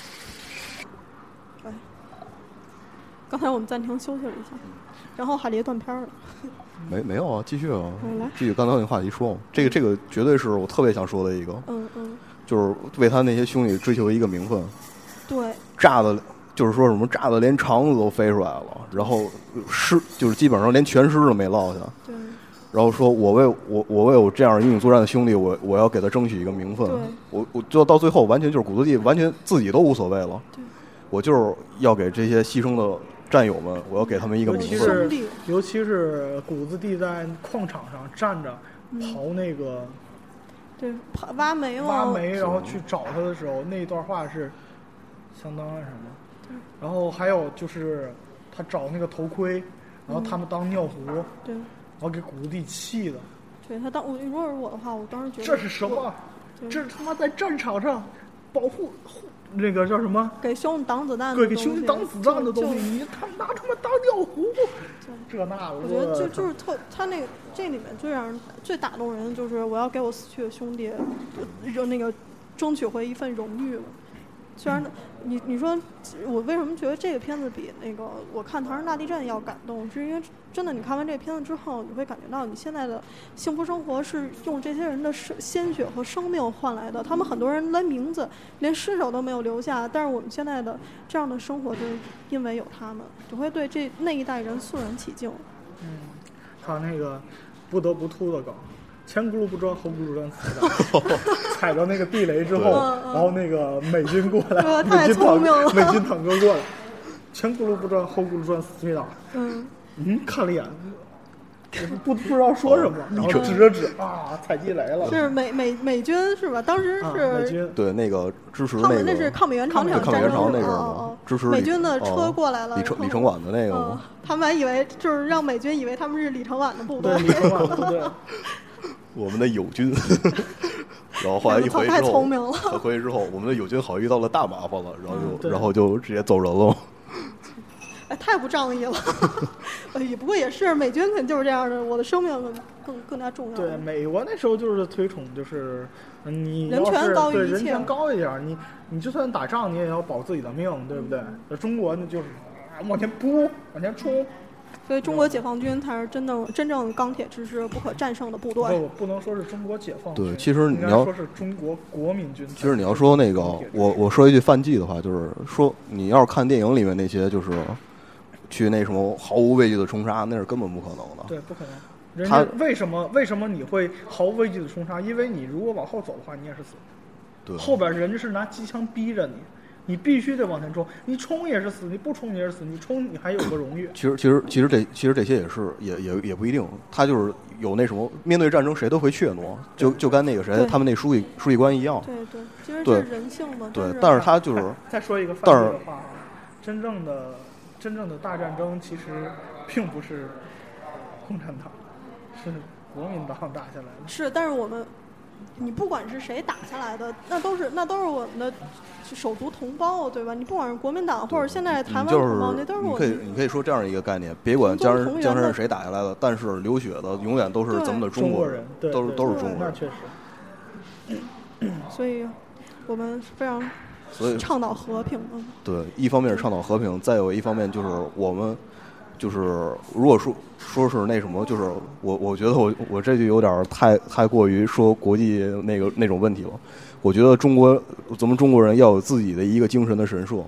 哎，刚才我们暂停休息了一下，然后海狸断片了。 没没有啊，继续啊， 嗯、 继续刚才那个话题说，这个这个绝对是我特别想说的一个， 嗯嗯， 就是为他那些兄弟追求一个名分， 对， 炸的，就是说什么炸的连肠子都飞出来了，然后尸就是基本上连全尸都没落下， 对， 然后说我为我我为我这样英勇作战的兄弟，我我要给他争取一个名分，我我就到最后完全就是谷子地完全自己都无所谓了， 对， 我就是要给这些牺牲的战友们，我要给他们一个名分。 尤其是谷子地在矿场上站着刨那个， 对，挖煤嘛， 挖煤，然后去找他的时候，那一段话是相当什么？然后还有就是他找那个头盔，然后他们当尿壶， 对，然后给谷子地气的。 对他当我如果是我的话，我当时觉得这是什么？这是他妈在战场上保护护。那个叫什么？ 给兄弟挡子弹的对，给兄弟挡子弹的东西，你他们拿他们当尿壶，这那的。 我觉得就就是特他那个这里面最让人最打动人的就是我要给我死去的兄弟，就那个争取回一份荣誉嘛。虽然你你说我为什么觉得这个片子比那个我看《唐山大地震》要感动，是因为真的你看完这个片子之后，你会感觉到你现在的幸福生活是用这些人的鲜血和生命换来的。他们很多人连名字连尸首都没有留下，但是我们现在的这样的生活就是因为有他们，就会对这那一代人肃然起敬。 嗯，他那个不得不吐的梗。前轱辘不转后轱辘转死的，踩到那个地雷之后，然后那个美军过来，美军坦美军坦克过来，前轱辘不转后轱辘转，思密达， 嗯嗯，看了一眼，不不知道说什么，然后指着指啊，踩地雷了。 是美美美军是吧？当时是美军对那个支持那个那是抗美援朝那抗美援朝那阵儿支持美军的车过来了， 李承李承晚的那个， 他们还以为就是让美军以为他们是李承晚的部队， 李承晚的部队。 我们的友军，然后后来一回去之后， 太聪明了。 回去之后，我们的友军好像遇到了大麻烦了，然后就、嗯、然后就直接走人了。 哎，太不仗义了！哎，不过也是，美军肯定就是这样的，我的生命更更加重要。 对，美国那时候就是推崇，就是你人权高于一切， 对人权高一点，你你就算打仗，你也要保自己的命，对不对？那、嗯、中国呢，就是往前扑，往前冲。 所以中国解放军才是真正真正钢铁直至不可战胜的部队。 不，不能说是中国解放军。 对，其实你要说是中国国民军。 其实你要说那个，我我说一句犯忌的话，就是说你要是看电影里面那些，就是去那什么毫无畏惧的冲杀，那是根本不可能的。 对，不可能。人家为什么为什么你会毫无畏惧的冲杀？因为你如果往后走的话，你也是死。 对。 后边人家是拿机枪逼着你。你必须得往前冲，你冲也是死，你不冲也是死，你冲你还有个荣誉。 其实，其实，其实这其实这些也是，也也也不一定。他就是有那什么，面对战争谁都会怯懦，就就跟那个谁他们那书记书记官一样。 对对，其实这是人性嘛。 对，但是他就是再说一个犯罪的话，真正的真正的大战争其实并不是共产党，是国民党打下来的。 是，但是我们。你不管是谁打下来的，那都是那都是我们的手足同胞，对吧？你不管是国民党或者现在台湾同胞，那都是我们。 你可以你可以说这样一个概念，别管江山江山是谁打下来的，但是流血的永远都是咱们的中国人， 都是都是中国人。 那确实。所以，我们非常所以倡导和平嘛。 对，一方面是倡导和平，再有一方面就是我们。就是如果说说是那什么，就是我我觉得我我这就有点太太过于说国际那个那种问题了。我觉得中国咱们中国人要有自己的一个精神的神社。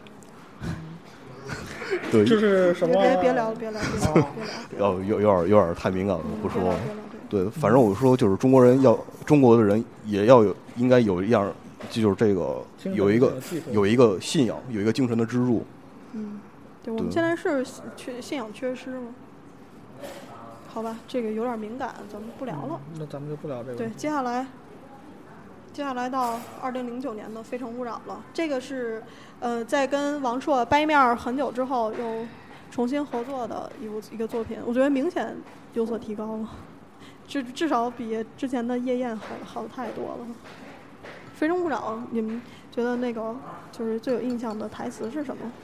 对， 就是什么？ 别别聊了，别聊了，别聊。 要有有点有点太敏感了，不说。对，反正我说就是中国人要中国的人也要有应该有一样就是这个有一个有一个信仰，有一个精神的支柱。 嗯，对，我们现在是缺信仰缺失吗？好吧，这个有点敏感，咱们不聊了。 嗯、那咱们就不聊这个。 对，接下来，接下来到二零零九年的《非诚勿扰》了。这个是，呃，在跟王朔掰面很久之后又重新合作的一部一个作品，我觉得明显有所提高了，至至少比之前的《夜宴》好好太多了。《非诚勿扰》，你们觉得那个就是最有印象的台词是什么？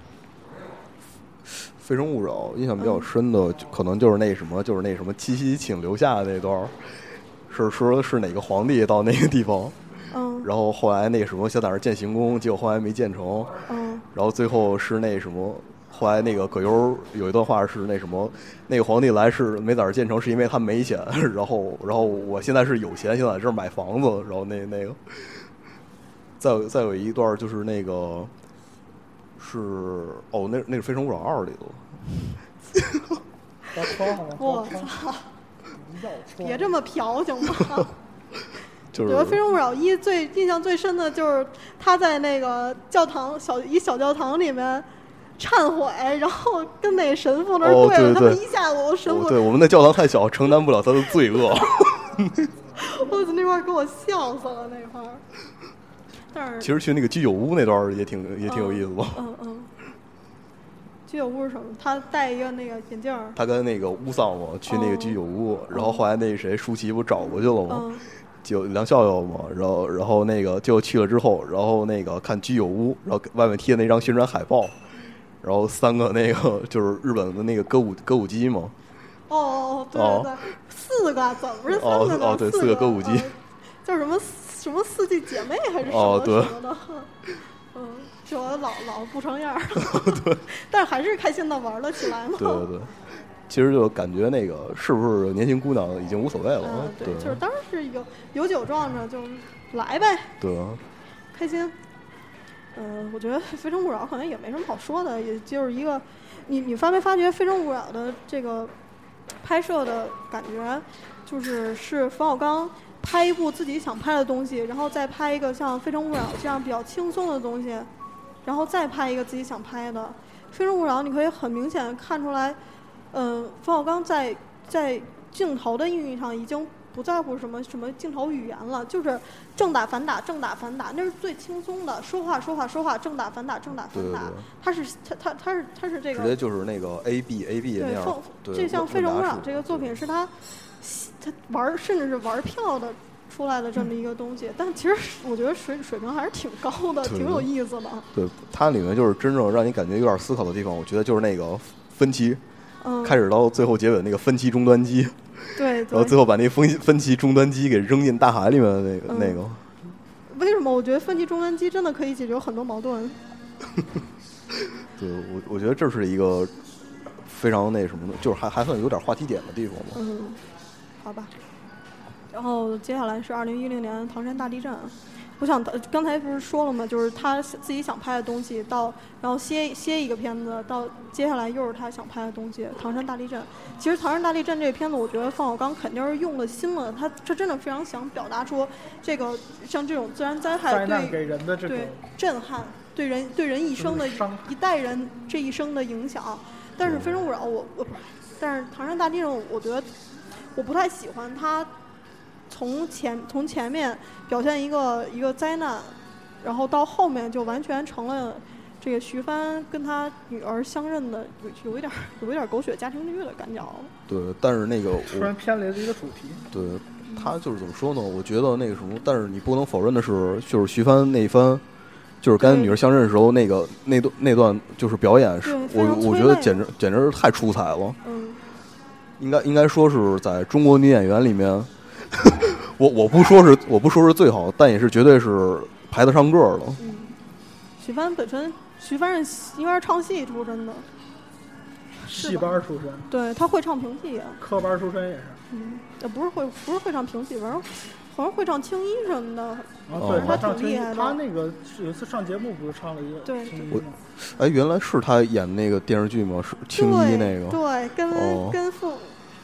非诚勿扰印象比较深的、嗯、可能就是那什么就是那什么七夕请留下那段，是说是哪个皇帝到那个地方， 嗯， 然后后来那什么想在那儿建行宫，结果后来没建成， 嗯， 然后最后是那什么，后来那个葛优有一段话是那什么，那个皇帝来是没在这儿建成是因为他没钱，然后然后我现在是有钱，现在在这儿买房子，然后那那个再有再有一段就是那个是哦那那是《非诚勿扰二》里头。 我操！别这么嫖行吗？ 就是我觉得《非诚勿扰一》最印象最深的就是他在那个教堂小一小教堂里面忏悔，然后跟那神父那儿跪了、哦、他们一下午神父、 哦、对我们的教堂太小，承担不了他的罪恶。 我那块给我笑死了那块儿。但是其实去那个居酒屋那段也挺也挺有意思的。 嗯嗯。居酒屋是什么？他戴一个那个眼镜。 他跟那个乌桑嘛去那个居酒屋，嗯、然后后来那谁舒淇不找过去了吗？ 嗯、 就梁孝孝嘛，然后然后那个就去了之后，然后那个看居酒屋，然后外面贴那张宣传海报，然后三个那个就是日本的那个歌舞歌舞伎嘛。 哦哦对对对，哦、四个怎么不是三个呢？ 哦哦对，四个歌舞伎、呃， 叫什么什么四季姐妹还是什么、 哦、对什么的。嗯，就老老不成样对，但是还是开心的玩了起来嘛。 对对对，其实就感觉那个是不是年轻姑娘已经无所谓了。 嗯、对, 对， 就是当时有有酒壮着就来呗。 对， 开心。嗯、呃，我觉得《非诚勿扰》可能也没什么好说的，也就是一个，你你发没发觉《非诚勿扰》的这个拍摄的感觉，就是是冯小刚。拍一部自己想拍的东西，然后再拍一个像《非诚勿扰》这样比较轻松的东西，然后再拍一个自己想拍的。《非诚勿扰》你可以很明显看出来，嗯、呃，冯小刚在在镜头的运用上已经不在乎什么什么镜头语言了，就是正打反打，正打反打，那是最轻松的。说话说话说话，正打反打，正打反打。他是他他他是他是这个。 直接就是那个 A B A B 那样。 对，这像《非诚勿扰》这个作品是他。他玩甚至是玩票的出来的这么一个东西，嗯、但其实我觉得水水平还是挺高的，挺有意思的。 对，它里面就是真正让你感觉有点思考的地方，我觉得就是那个分歧， 嗯， 开始到最后结尾那个分歧终端机， 对， 然后最后把那分分歧终端机给扔进大海里面的那个、嗯、那个。 为什么我觉得分歧终端机真的可以解决很多矛盾？ 对，我我觉得这是一个非常那什么的，就是还还算有点话题点的地方吧。 嗯。好吧，然后接下来是二零一零年唐山大地震。我想刚才不是说了吗？就是他自己想拍的东西，到然后歇歇一个片子，到接下来又是他想拍的东西。唐山大地震，其实唐山大地震这个片子，我觉得冯小刚肯定是用了心了。他他真的非常想表达出这个像这种自然灾害对给人的这种对震撼，对人对人一生的一代人这一生的影响。但是《非诚勿扰》我我不是，但是唐山大地震，我觉得。我不太喜欢他从前从前面表现一个一个灾难，然后到后面就完全成了这个徐帆跟他女儿相认的有有一点有一点狗血家庭剧的感觉。 对，但是那个突然偏离了一个主题。 对，他就是怎么说呢？我觉得那个什么，但是你不能否认的是，就是徐帆那一番。就是跟女儿相认的时候，那个那段那段就是表演是，我我觉得简直简直太出彩了。 嗯。 应该应该说是在中国女演员里面，我我不说是我不说是最好，但也是绝对是排得上个儿了。 嗯，徐帆本身，徐帆是应该是唱戏出身的， 戏班出身， 对他会唱评戏， 科班出身也是。 嗯，也不是会不是会唱评戏，反正好像会唱青衣什么的。 啊，对， 他挺厉害的。 他那个有一次上节目不是唱了一个对青衣吗？ 哎，原来是他演那个电视剧吗？是青衣那个。 对，跟、 哦、 跟父。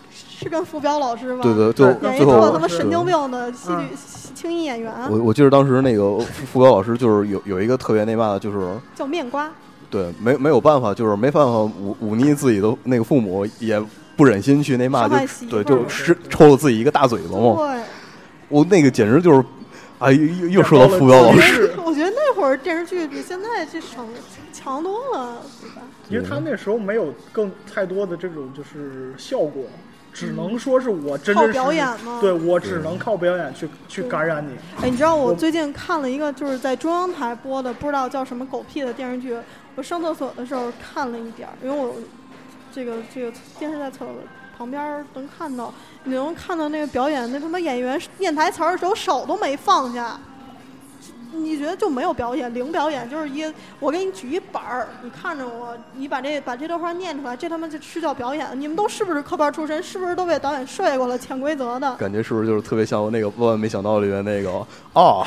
是跟傅彪老师吧？ 对对，就演一最后个他妈神经病的戏剧青衣演员。 我我记得当时那个傅彪老师就是有有一个特别那嘛的，就是叫面瓜。对， 没没有办法，就是没办法忤忤逆自己的那个父母，也不忍心去那嘛，就对，就是抽了自己一个大嘴巴嘛。 对， 我那个简直就是，哎，又又说到傅彪老师。 我觉得那会儿电视剧比现在这省强多了，对吧？ 因为他那时候没有更太多的这种就是效果，只能说是我真真靠表演吗？ 对，我只能靠表演去去感染你。 哎，你知道我最近看了一个就是在中央台播的，不知道叫什么狗屁的电视剧。我上厕所的时候看了一点，因为我这个这个电视在厕所旁边能看到，你能看到那个表演，那他妈演员念台词的时候手都没放下。你觉得就没有表演，零表演，就是一我给你举一板儿，你看着我，你把这把这段话念出来，这他妈就是叫表演。你们都是不是科班出身？是不是都被导演睡过了？潜规则的感觉是不是就是特别像那个万万没想到里面那个啊？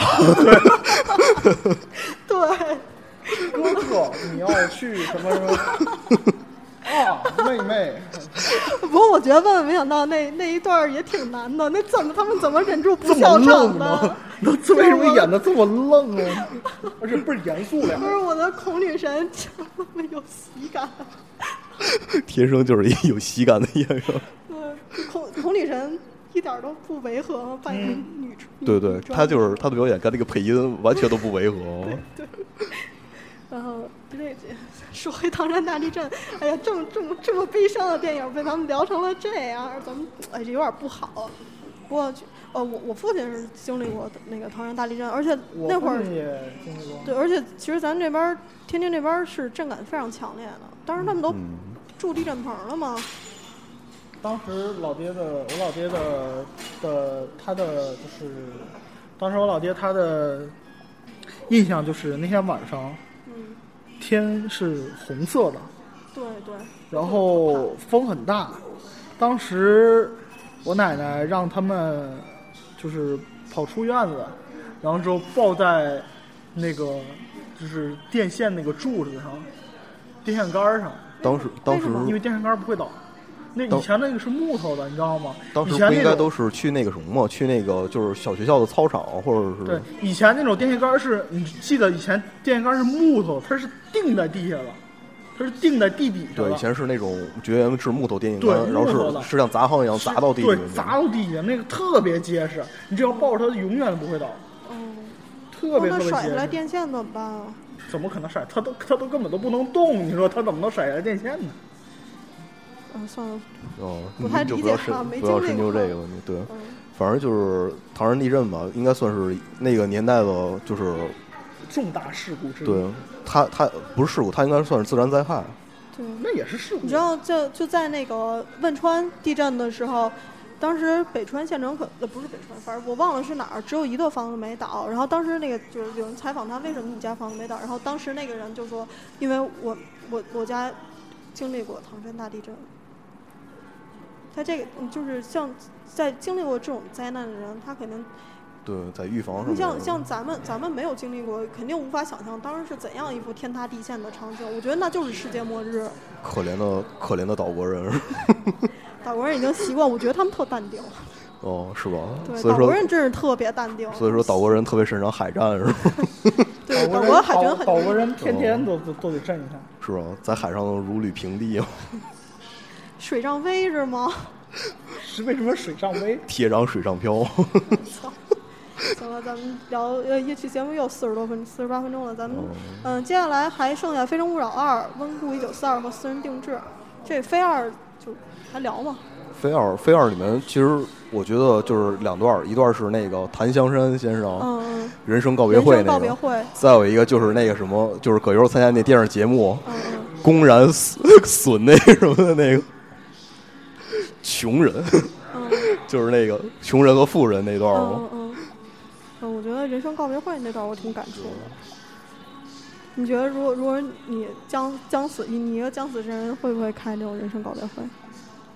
对。 哥哥，你要去什么什么啊，妹妹。 不过我觉得万万没想到那那一段也挺难的，那怎么他们怎么忍住不笑场的？ 那这为什么演的这么愣啊？而且不是严肃的。 不是我的孔女神这么有喜感， 天生就是一个有喜感的演员。 对，孔孔女神一点都不违和，扮演女。 嗯、对对，她就是她的表演跟那个配音完全都不违和。 对。对然后这说回唐山大地震，哎呀，这么这么这么悲伤的电影被咱们聊成了这样，咱们哎这有点不好。不过呃，我我父亲是经历过那个唐山大地震，而且那会儿也经历过。 对，而且其实咱这边天津这边是震感非常强烈的，当时他们都住地震棚了嘛。 嗯、当时老爹的，我老爹的的他的就是，当时我老爹他的印象就是那天晚上。天是红色的， 对对， 然后风很大。当时我奶奶让他们就是跑出院子，然后之后抱在那个就是电线那个柱子上，电线杆上。 当时当时因为电线杆不会倒，那以前那个是木头的，你知道吗？ 当时不应该都是去那个什么吗？去那个就是小学校的操场，或者是对。以前那种电线杆是，你记得以前电线杆是木头，它是定在地下的，它是定在地底下的。 对，以前是那种绝缘是木头电线杆，然后是是像砸夯一样砸到地对，砸到地下，那个特别结实，你只要抱着它，永远不会倒。 哦， 特别特别结实。 那甩下来电线怎么办啊？ 怎么可能甩？它都它都根本都不能动，你说它怎么能甩下来电线呢？ 嗯，算了， 哦， 不太理解他，没不要深究这个问题。对，嗯、反正就是唐山地震吧，应该算是那个年代的，就是重大事故之一。 对，它它不是事故，它应该算是自然灾害。 对， 那也是事故。 你知道，就就在那个汶川地震的时候，当时北川县城可呃不是北川，反正我忘了是哪儿，只有一个房子没倒。然后当时那个就是有人采访他，为什么你家房子没倒？然后当时那个人就说，因为我我我家经历过唐山大地震。他这个就是像在经历过这种灾难的人，他肯定对在预防上。 你像像咱们咱们没有经历过，肯定无法想象当时是怎样一副天塌地陷的场景。我觉得那就是世界末日。 可怜的可怜的岛国人。 岛国人已经习惯，我觉得他们特淡定。 哦，是吧？ 对， 所以说岛国人真是特别淡定。 所以说岛国人特别擅长海战，是吧？ 对， 岛国海军很。 岛国人天天都、哦、都都得震一下。 是吧？在海上如履平地。 水上飞是吗？ 是为什么水上飞？ 铁掌水上漂。 行了，咱们聊呃一期节目又四十多分，四十八分钟了，咱们嗯、呃、接下来还剩下《非诚勿扰二》、《温故一九四二》和《私人定制》。这非二就还聊吗？ 非二非二里面其实我觉得就是两段，一段是那个谭香山先生嗯人生告别会那个， 告别会， 再有一个就是那个什么，就是葛优参加那电视节目， 嗯嗯公然损那个什么的那个穷人， 嗯、 就是那个穷人和富人那段吗？ 嗯嗯嗯，我觉得人生告别会那段我挺感触的。你觉得如果如果你将将死你一个将死之人会不会开这种人生告别会？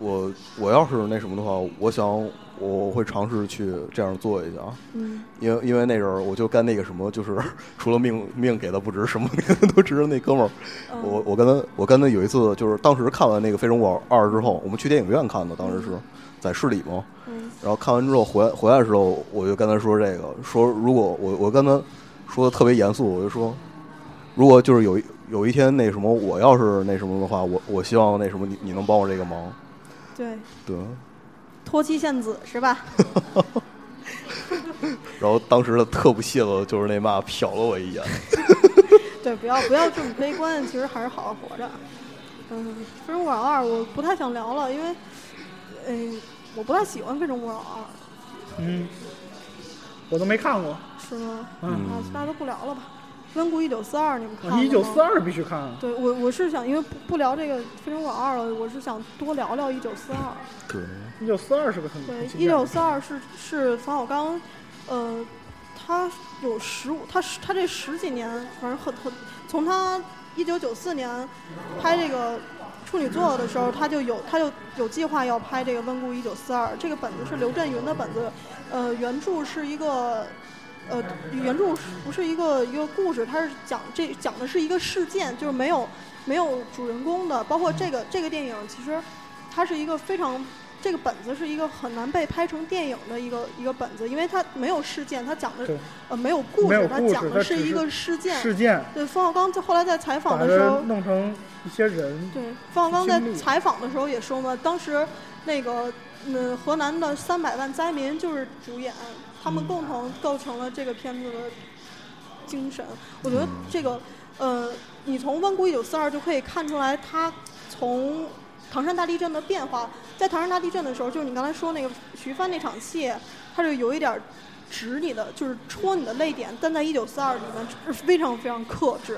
我我要是那什么的话，我想我会尝试去这样做一下。 嗯， 因为因为那阵儿我就干那个什么，就是除了命命给的不值，什么命都值的那哥们儿。 嗯、 我我跟他我跟他有一次，就是当时看完那个《非诚勿扰二》之后，我们去电影院看的，当时是在市里嘛。 嗯。 然后看完之后回来回来的时候，我就跟他说这个，说如果我我跟他说的特别严肃，我就说，如果就是有有一天那什么，我要是那什么的话，我我希望那什么你你能帮我这个忙。 对。 对。 脱妻献子是吧？ 然后当时的特不屑的就是那嘛瞟了我一眼。 对，不要不要这么悲观，其实还是好好活着。嗯，《非诚勿扰二》我不太想聊了，因为，嗯、呃，我不太喜欢《非诚勿扰二》。 嗯，我都没看过。 是吗？ 嗯， 啊，大家都不聊了吧。温故一九四二，你们看了吗？ 一九四二必须看。 对，我我是想，因为不不聊这个《非诚勿扰二》了，我是想多聊聊一九四二。 对， 一九四二是个很对，一九四二是是冯小刚，呃，他有十五，他他这十几年，反正很很，从他一九九四年拍这个处女座的时候，他就有他就有计划要拍这个温故一九四二。这个本子是刘震云的本子，呃，原著是一个。呃，原著不是一个一个故事，它是讲这讲的是一个事件，就是没有没有主人公的。包括这个这个电影，其实它是一个非常这个本子是一个很难被拍成电影的一个一个本子，因为它没有事件，它讲的呃没有故事，它讲的是一个事件。 事件。 对，冯小刚在后来在采访的时候弄成一些人。 对，冯小刚在采访的时候也说嘛，当时那个嗯河南的三百万灾民就是主演。他们共同构成了这个片子的精神。我觉得这个，呃，你从《温故一九四二》就可以看出来，他从唐山大地震的变化。在唐山大地震的时候，就是你刚才说那个徐帆那场戏，他是有一点指你的，就是戳你的泪点，但在一九四二里面是非常非常克制。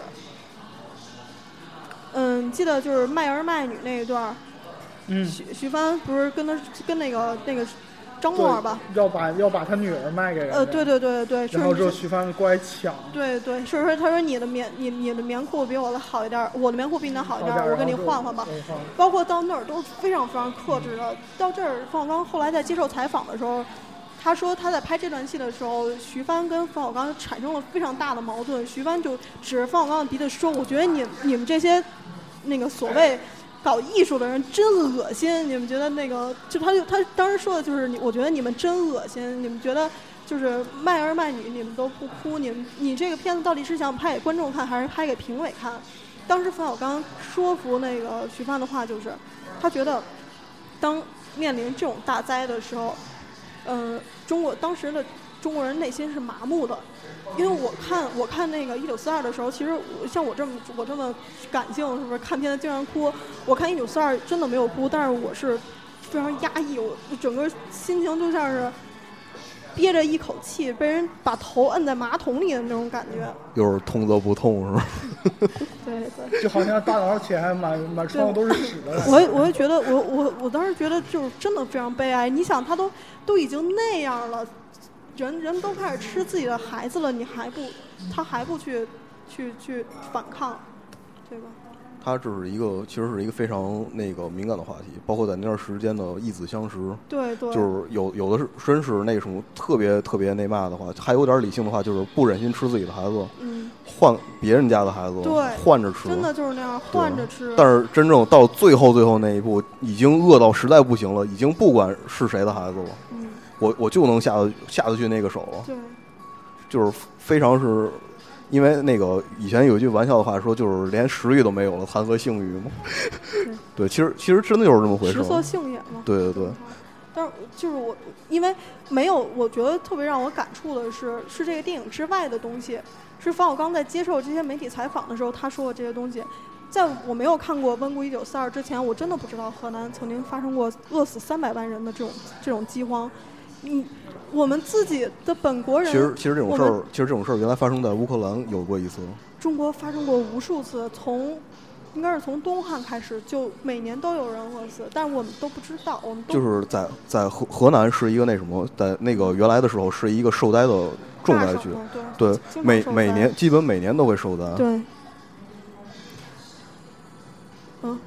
嗯，记得就是卖儿卖女那一段， 嗯， 徐徐帆不是跟他跟那个那个。张默吧， 要把要把他女儿卖给人。 呃，对对对对。 然后之后徐帆过来抢。 对对，所以说他说你的棉你你的棉裤比我的好一点，我的棉裤比你的好一点，我跟你换换吧。包括到那儿都是非常非常克制的。到这儿，冯小刚后来在接受采访的时候，他说他在拍这段戏的时候，徐帆跟冯小刚产生了非常大的矛盾。徐帆就指着冯小刚的鼻子说：“我觉得你你们这些那个所谓。”搞艺术的人真恶心，你们觉得那个就他就他当时说的就是你，我觉得你们真恶心，你们觉得就是卖儿卖女，你们都不哭，你们你这个片子到底是想拍给观众看还是拍给评委看？当时冯小刚说服那个徐帆的话就是，他觉得当面临这种大灾的时候，呃，中国当时的中国人内心是麻木的。因为我看我看那个一九四二的时候，其实像我这么我这么感性，是不是看片子经常哭？我看一九四二真的没有哭，但是我是非常压抑，我整个心情就像是憋着一口气，被人把头摁在马桶里的那种感觉。 又是痛则不痛，是吧？ 对对。 就好像大脑前满满窗户都是屎的。 我我会觉得，我我我当时觉得就是真的非常悲哀。你想，他都都已经那样了。人人都开始吃自己的孩子了，你还不，他还不去，去去反抗，对吧？ 他这是一个，其实是一个非常那个敏感的话题，包括在那段时间的义子相识， 对对， 就是有有的是真是那什么特别特别那嘛的话，还有点理性的话，就是不忍心吃自己的孩子， 嗯， 换别人家的孩子， 对， 换着吃， 真的就是那样换着吃。 但是真正到最后最后那一步，已经饿到实在不行了，已经不管是谁的孩子了。 嗯。 我我就能下得下得去那个手了， 对， 就是非常是，因为那个以前有一句玩笑的话说，就是连食欲都没有了，谈何性欲嘛？对，其实其实真的就是这么回事。 食色性也嘛。 对对对。 但是就是我，因为没有，我觉得特别让我感触的是，是这个电影之外的东西，是冯小刚在接受这些媒体采访的时候他说的这些东西。在我没有看过《温故一九四二》之前，我真的不知道河南曾经发生过饿死三百万人的这种这种饥荒。嗯，我们自己的本国人， 其实其实这种事儿，其实这种事儿原来发生在乌克兰有过一次。 中国发生过无数次，从应该是从东汉开始，就每年都有人饿死，但我们都不知道，我们都就是在在河河南是一个那什么，在那个原来的时候是一个受灾的重灾区， 对， 对，每每年基本每年都会受灾。 对。嗯，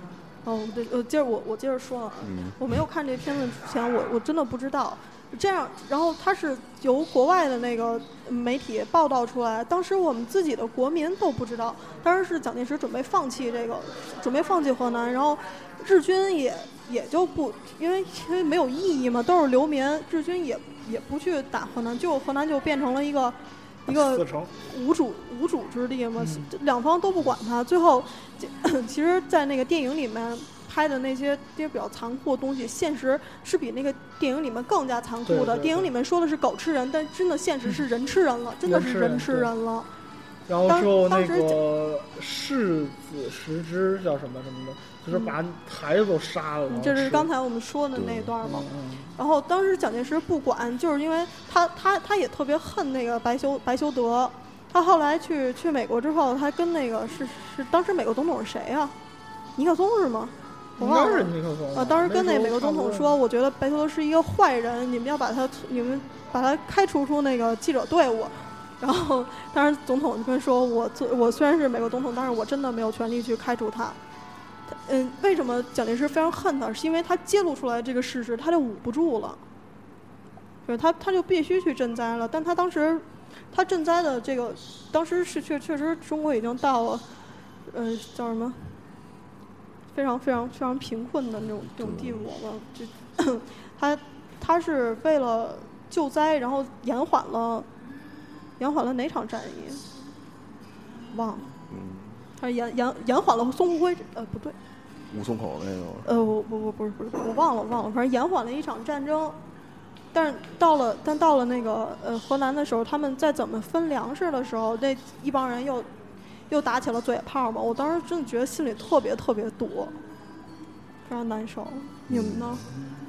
哦，对，呃，接着我我接着说啊， 嗯、 我没有看这片子之前，我我真的不知道这样。然后它是由国外的那个媒体报道出来，当时我们自己的国民都不知道。当时是蒋介石准备放弃这个，准备放弃河南，然后日军也也就不，因为因为没有意义嘛，都是流民，日军也也不去打河南，就河南就变成了一个。一个无主无主之地嘛，嗯、两方都不管他。最后，其实，在那个电影里面拍的那些这些比较残酷的东西，现实是比那个电影里面更加残酷的。 对对对， 电影里面说的是狗吃人，但真的现实是人吃人了，嗯、真的是人吃人了。 然后之后那个世子食之叫什么什么的，就是把孩子都杀了。 嗯、这是刚才我们说的那段嘛。 嗯、 然后当时蒋介石不管，就是因为他他他也特别恨那个白修白修德。他后来去去美国之后，他跟那个是是当时美国总统是谁啊？尼克松是吗？我忘了。 尼克松啊，当时跟那美国总统说，我觉得白修德是一个坏人，你们要把他你们把他开除出那个记者队伍。然后，当时总统就跟说，我做我虽然是美国总统，但是我真的没有权利去开除他。嗯，为什么蒋介石非常恨他？是因为他揭露出来这个事实，他就捂不住了。就是他，他就必须去赈灾了。但他当时，他赈灾的这个，当时是确确实中国已经到了，呃，叫什么？非常非常非常贫困的那种这种地步了。就他他是为了救灾，然后延缓了。延缓了哪场战役？忘了。 嗯。 他延延延缓了淞沪会，呃，不对。 吴淞口那个。 呃，我不不不是不是，我忘了忘了，反正延缓了一场战争。但是到了，但到了那个呃河南的时候，他们在怎么分粮食的时候，那一帮人又又打起了嘴炮嘛。我当时真的觉得心里特别特别堵，非常难受。你们呢？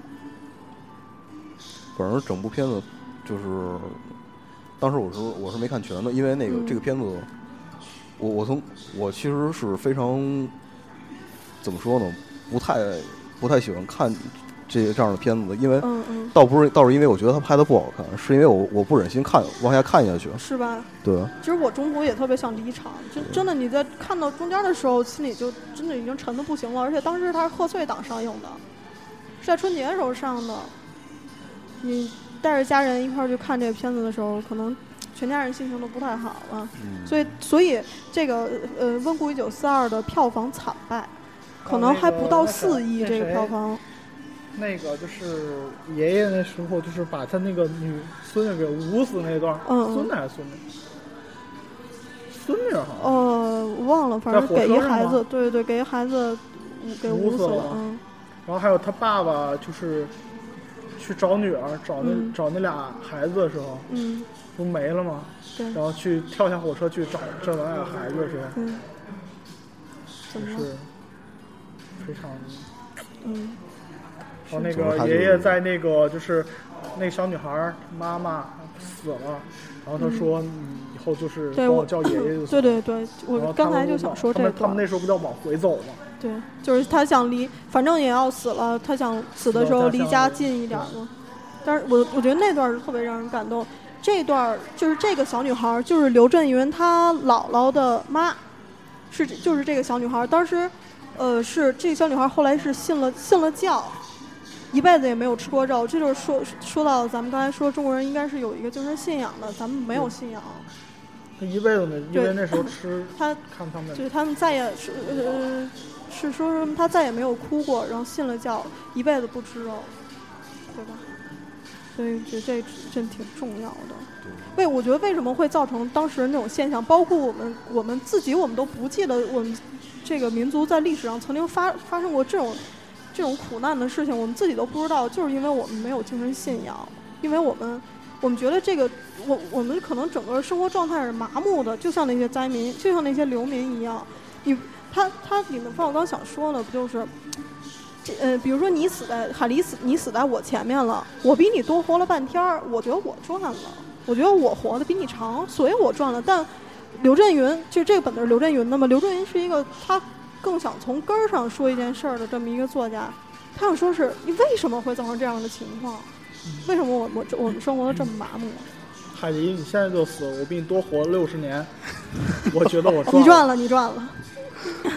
反正整部片子就是。当时我是我是没看全的，因为那个、嗯、这个片子，我我从我其实是非常怎么说呢，不太不太喜欢看这这样的片子，因为嗯嗯倒不是倒是因为我觉得他拍的不好看，是因为我我不忍心看往下看下去， 是吧？ 对。 其实我中途也特别想离场，真真的你在看到中间的时候，心里就真的已经沉得不行了，而且当时它是贺岁档上映的，是在春节的时候上的，你。带着家人一块儿去看这个片子的时候，可能全家人心情都不太好了， 嗯、 所以所以这个呃《温故一九四二》的票房惨败，可能还不到四亿这个票房。 那个就是爷爷那时候就是把他那个女孙女给捂死那段， 嗯， 孙女还是孙女？孙女好像。 呃，我忘了，反正给一孩子，对对对，给一孩子给捂死了。 嗯。 然后还有他爸爸就是。去找女儿，找那、嗯、找那俩孩子的时候， 嗯， 不没了吗？ 对。 然后去跳下火车去找这两俩孩子的时候， 嗯， 就是非常， 嗯。 然后那个爷爷在那个就是那个小女孩妈妈死了，然后他说：“你以后就是管我叫爷爷就行。” 对对对，我刚才就想说这个。 他们那时候不叫往回走吗？ 对，就是他想离，反正也要死了，他想死的时候离家近一点嘛。但是我我觉得那段是特别让人感动。这段就是这个小女孩，就是刘震云她姥姥的妈，是就是这个小女孩。当时，呃，是这个小女孩后来是信了信了教，一辈子也没有吃过肉。这就是说说到咱们刚才说中国人应该是有一个精神信仰的，咱们没有信仰。 他一辈子没，因为那时候吃他看他们， 就是他们再也是呃。是说什么他再也没有哭过，然后信了教，一辈子不吃肉，对吧？所以觉得这真挺重要的。为我觉得为什么会造成当时那种现象，包括我们我们自己我们都不记得我们这个民族在历史上曾经发发生过这种这种苦难的事情，我们自己都不知道，就是因为我们没有精神信仰，因为我们我们觉得这个我我们可能整个生活状态是麻木的，就像那些灾民，就像那些流民一样，你。他他里面冯小刚想说的不就是，这呃，比如说你死在海里死，你死在我前面了，我比你多活了半天儿，我觉得我赚了，我觉得我活得比你长，所以我赚了。但刘震云就这个本子是刘震云的嘛，刘震云是一个他更想从根儿上说一件事儿的这么一个作家，他想说是你为什么会造成这样的情况，为什么我我我们生活的这么麻木？ 海迪，你现在就死，我比你多活了六十年，我觉得我赚了。 你赚了，你赚了。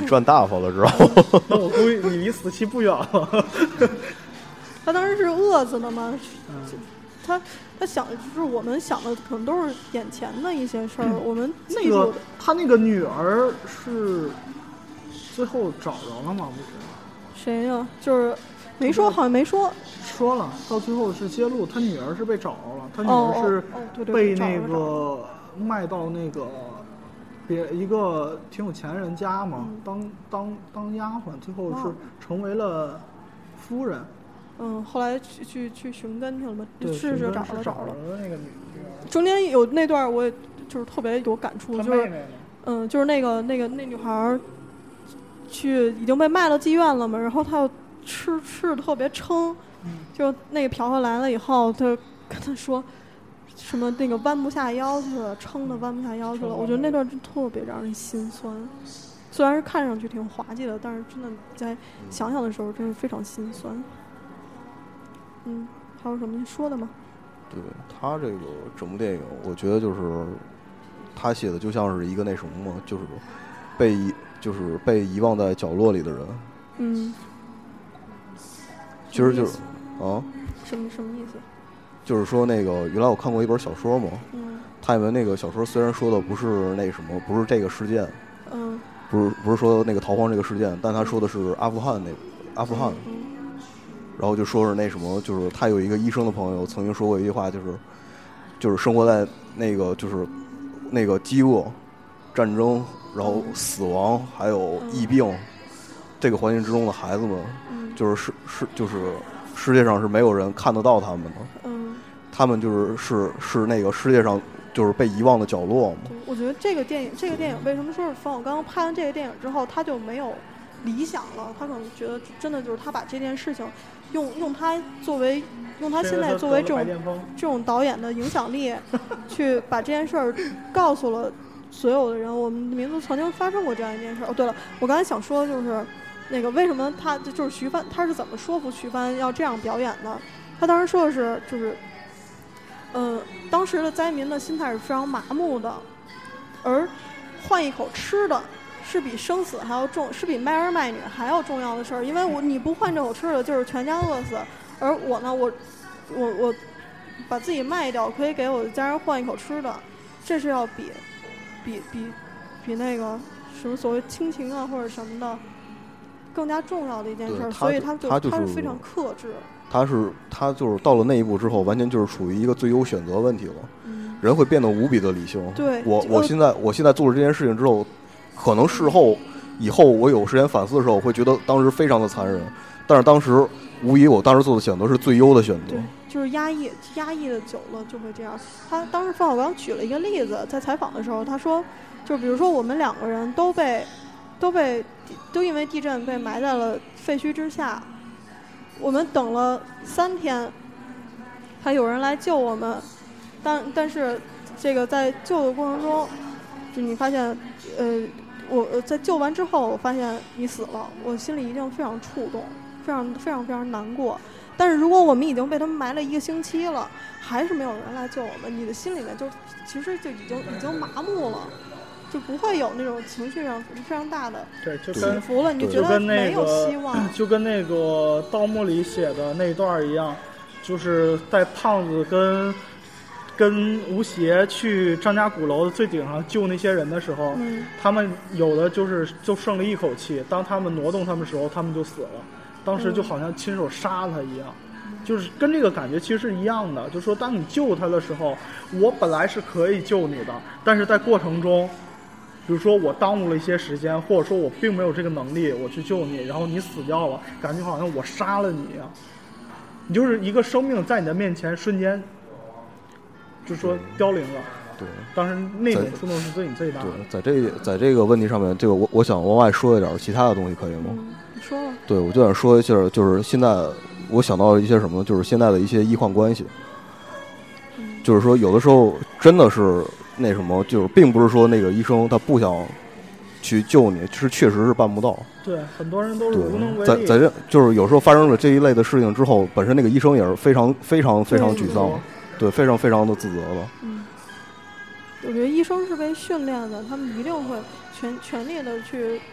你赚大发了，知道吗？ 那我估计你离死期不远了。 他当时是饿死的嘛， 嗯、 他他想就是我们想的可能都是眼前的一些事儿， 嗯、 我们那个他那个女儿是最后找着了吗？不是？ 谁呀？就是没说，好像没说。 说了，到最后是揭露他女儿是被找着了，他女儿是被那个卖到那个别一个挺有钱人家嘛， 嗯、 当当当丫鬟，最后是成为了夫人。 嗯，后来去去去寻根去了嘛， 是是是找了找了那个女儿。中间有那段我也就是特别有感触，就是嗯，就是那个那个那女孩去已经被卖到妓院了嘛，然后她又吃吃的特别撑。就那个嫖客来了以后，他跟他说什么那个弯不下腰去了，撑的弯不下腰去了。我觉得那段真特别让人心酸，虽然是看上去挺滑稽的，但是真的在想想的时候，真是非常心酸。嗯，还有什么说的吗？ 对他这个整部电影，我觉得就是他写的就像是一个那什么嘛，就是被就是被遗忘在角落里的人。 嗯。 其实就是啊， 什么什么意思？ 就是说那个原来我看过一本小说嘛， 嗯， 他以为那个小说虽然说的不是那什么，不是这个事件， 嗯， 不是不是说那个逃荒这个事件，但他说的是阿富汗那阿富汗， 嗯， 然后就说是那什么，就是他有一个医生的朋友曾经说过一句话，就是就是生活在那个就是那个饥饿、战争，然后死亡还有疫病、嗯、这个环境之中的孩子们。就是是是就是世界上是没有人看得到他们的， 嗯， 他们就是是是那个世界上就是被遗忘的角落嘛。 我觉得这个电影这个电影为什么说是冯小刚拍完这个电影之后他就没有理想了？他可能觉得真的就是他把这件事情用用他作为用他现在作为这种这种导演的影响力，去把这件事儿告诉了所有的人，我们的民族曾经发生过这样一件事。哦，对了，我刚才想说就是。那个为什么他就是徐帆，他是怎么说服徐帆要这样表演的？他当时说的是，就是，嗯、呃，当时的灾民的心态是非常麻木的，而换一口吃的是比生死还要重，是比卖儿卖女还要重要的事儿。因为我你不换这口吃的，就是全家饿死，而我呢，我我我把自己卖掉，可以给我的家人换一口吃的，这是要比比比比那个什么所谓亲情啊或者什么的。更加重要的一件事，所以他就他就是他是非常克制。 他是他就是到了那一步之后，完全就是处于一个最优选择问题了。 嗯， 人会变得无比的理性。 对， 我我现在我现在做了这件事情之后，可能事后以后我有时间反思的时候，我会觉得当时非常的残忍，但是当时无疑我当时做的选择是最优的选择。 对，就是压抑压抑的久了就会这样。他当时冯小刚举了一个例子，在采访的时候，他说，就比如说我们两个人都被。都被都因为地震被埋在了废墟之下，我们等了三天，还有人来救我们，但但是这个在救的过程中，就你发现，呃，我在救完之后，我发现你死了，我心里一定非常触动，非常非常非常难过。但是如果我们已经被他们埋了一个星期了，还是没有人来救我们，你的心里面就其实就已经已经麻木了。就不会有那种情绪上非常大的起伏了，你就觉得没有希望。 就跟那个盗墓里写的那一段一样，就是在胖子跟跟吴邪去张家鼓楼的最顶上救那些人的时候， 嗯、 他们有的就是就剩了一口气，当他们挪动他们的时候，他们就死了。当时就好像亲手杀他一样。嗯，就是跟这个感觉其实是一样的，就是说当你救他的时候，我本来是可以救你的，但是在过程中比如说我耽误了一些时间，或者说我并没有这个能力我去救你，然后你死掉了，感觉好像我杀了你一样。你就是一个生命在你的面前瞬间就是说凋零了。 对， 当时那种触动是对你最大的。 对，在这在这个问题上面，这个我我想往外说一点其他的东西，可以吗？ 嗯，你说了。对， 我就想说一下，就是现在我想到一些什么，就是现在的一些医患关系。 嗯， 就是说，有的时候真的是那什么，就是并不是说那个医生他不想去救你，是确实是办不到。 对，很多人都是无能为力。 在在这就是有时候发生了这一类的事情之后，本身那个医生也是非常非常非常沮丧，对，非常非常的自责了。 嗯，我觉得医生是被训练的，他们一定会全全力的去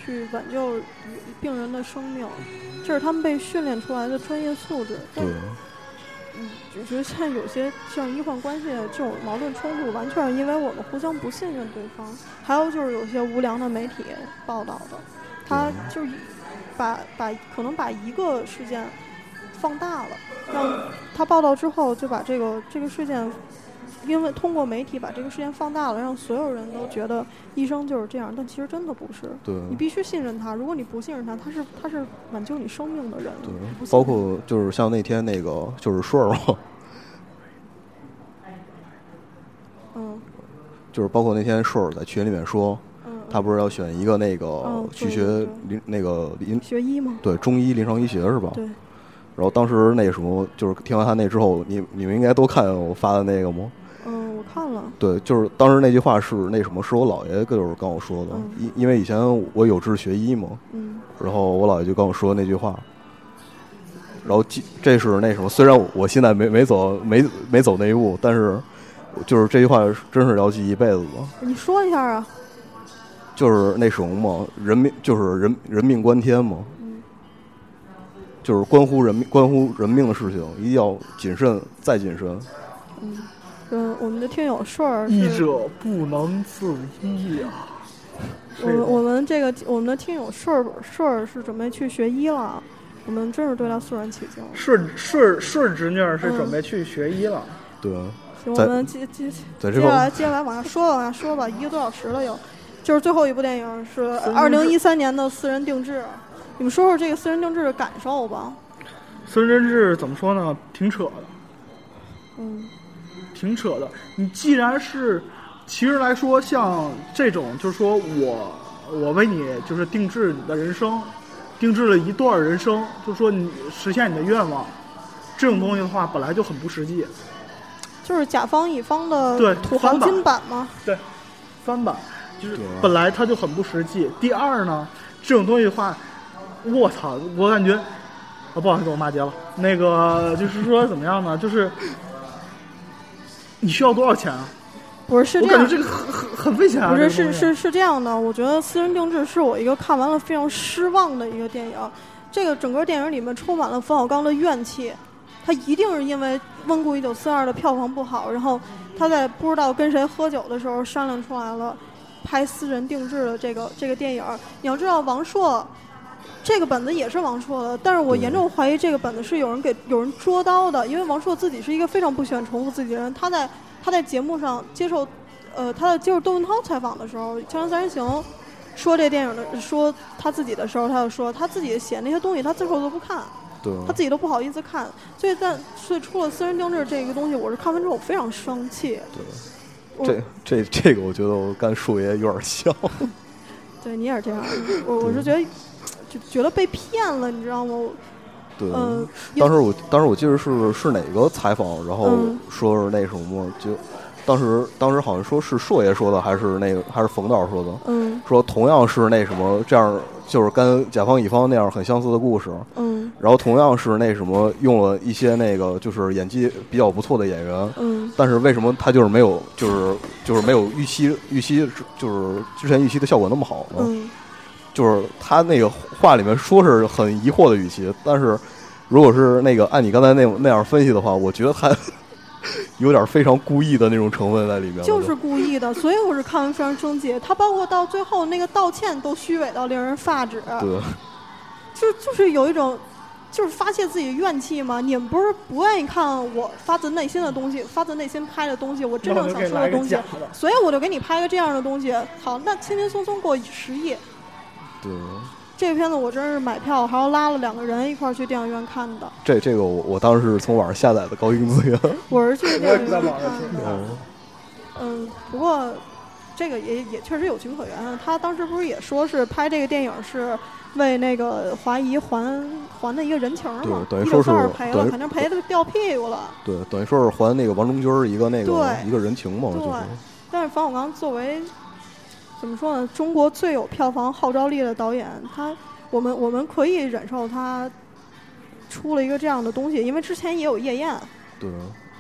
去挽救病人的生命，这是他们被训练出来的专业素质。 对。 嗯，我觉得现在有些像医患关系这种矛盾冲突，完全是因为我们互相不信任对方。还有就是有些无良的媒体报道的，他就是把把可能把一个事件放大了，让他报道之后就把这个这个事件，因为通过媒体把这个事件放大了，让所有人都觉得医生就是这样，但其实真的不是。 对， 你必须信任他，如果你不信任他，他是他是挽救你生命的人。 对，包括就是像那天那个就是顺儿嘛， 嗯， 就是包括那天顺儿在群里面说， 嗯， 他不是要选一个那个、 嗯、 去学临那个临学医吗？ 对，中医临床医学是吧？ 对。 然后当时那什么，就是听完他那之后，你你们应该都看我发的那个吗？ 嗯，我看了。 对，就是当时那句话是那什么，是我姥爷就是跟我说的， 嗯、 因因为以前我有志学医嘛， 嗯， 然后我姥爷就跟我说那句话，然后这是那什么，虽然我我现在没没走没没走那一步，但是就是这句话真是要记一辈子吧。 你说一下啊。 就是那什么嘛，人命就是人人命关天嘛。就是关乎人命、关乎人命的事情，一定要谨慎再谨慎。 嗯，嗯，我们的听友顺儿， 医者不能自医呀、啊。 我们我们这个我们的听友顺儿顺儿是准备去学医了，我们真是对他肃然起敬。 顺顺顺侄女是准备去学医了。 嗯、对。 行，我们接接接下来接下来往下说吧，往下说吧，一个多小时了又，就是最后一部电影是二零一三年的《私人定制》。你们说说这个私人定制的感受吧。 私人定制怎么说呢？挺扯的， 嗯， 挺扯的。你既然是，其实来说，像这种，就是说我我为你就是定制你的人生，定制了一段人生，就是说你实现你的愿望，这种东西的话，本来就很不实际。 就是甲方乙方的土豪金版吗？ 对，翻版就是本来它就很不实际。第二呢，这种东西的话。我操！我感觉，啊，不好意思，我骂街了。那个就是说怎么样呢？就是你需要多少钱啊？ 不是，是这样。 我感觉这个很很很费钱啊。 不是，是是是这样的。我觉得《私人定制》是我一个看完了非常失望的一个电影。这个整个电影里面充满了冯小刚的怨气，他一定是因为《温故一九四二》的票房不好，然后他在不知道跟谁喝酒的时候商量出来了拍《私人定制》的这个这个电影。你要知道，王朔。这个本子也是王朔的，但是我严重怀疑这个本子是有人给有人捉刀的，因为王朔自己是一个非常不喜欢重复自己的人。他在他在节目上接受，呃，他在接受窦文涛采访的时候，《锵锵三人行》说这电影的说他自己的时候，他就说他自己写那些东西，他最后都不看， 对， 他自己都不好意思看。所以在所以出了《私人定制》这个东西，我是看完之后我非常生气。 对，这这这个我觉得我跟树爷有点像。 对你也是这样，我我是觉得。就觉得被骗了，你知道吗？ 对， 嗯、 当时我当时我记得是是哪个采访，然后说是那什么，嗯、就当时当时好像说是硕爷说的，还是那个还是冯导说的， 嗯， 说同样是那什么这样，就是跟甲方乙方那样很相似的故事， 嗯， 然后同样是那什么用了一些那个就是演技比较不错的演员， 嗯， 但是为什么他就是没有就是就是没有预期预期就是之前预期的效果那么好呢？ 嗯。 就是他那个话里面说是很疑惑的语气，但是如果是那个按你刚才那那样分析的话，我觉得他有点非常故意的那种成分在里面。 就是故意的，所以我是看完非常生气。他包括到最后那个道歉都虚伪到令人发指。 对， 就就是有一种就是发泄自己的怨气嘛。你们不是不愿意看我发自内心的东西，发自内心拍的东西，我真正想说的东西，所以我就给你拍个这样的东西。好，那轻轻松松过十亿。 对， 这个片子我真是买票，还要拉了两个人一块儿去电影院看的。 这这个我我当时是从网上下载的高清资源。 我是去电影院看的。 嗯, 嗯，不过这个也也确实有情可原。他当时不是也说是拍这个电影是为那个华谊还还的一个人情嘛？ 对，等于说是赔了，反正赔的掉屁股了。 对，等于说是还那个王中军一个那个一个人情嘛。 对， 就是、 但是冯小刚作为。怎么说呢？中国最有票房号召力的导演，他我们我们可以忍受他出了一个这样的东西，因为之前也有夜宴。 对，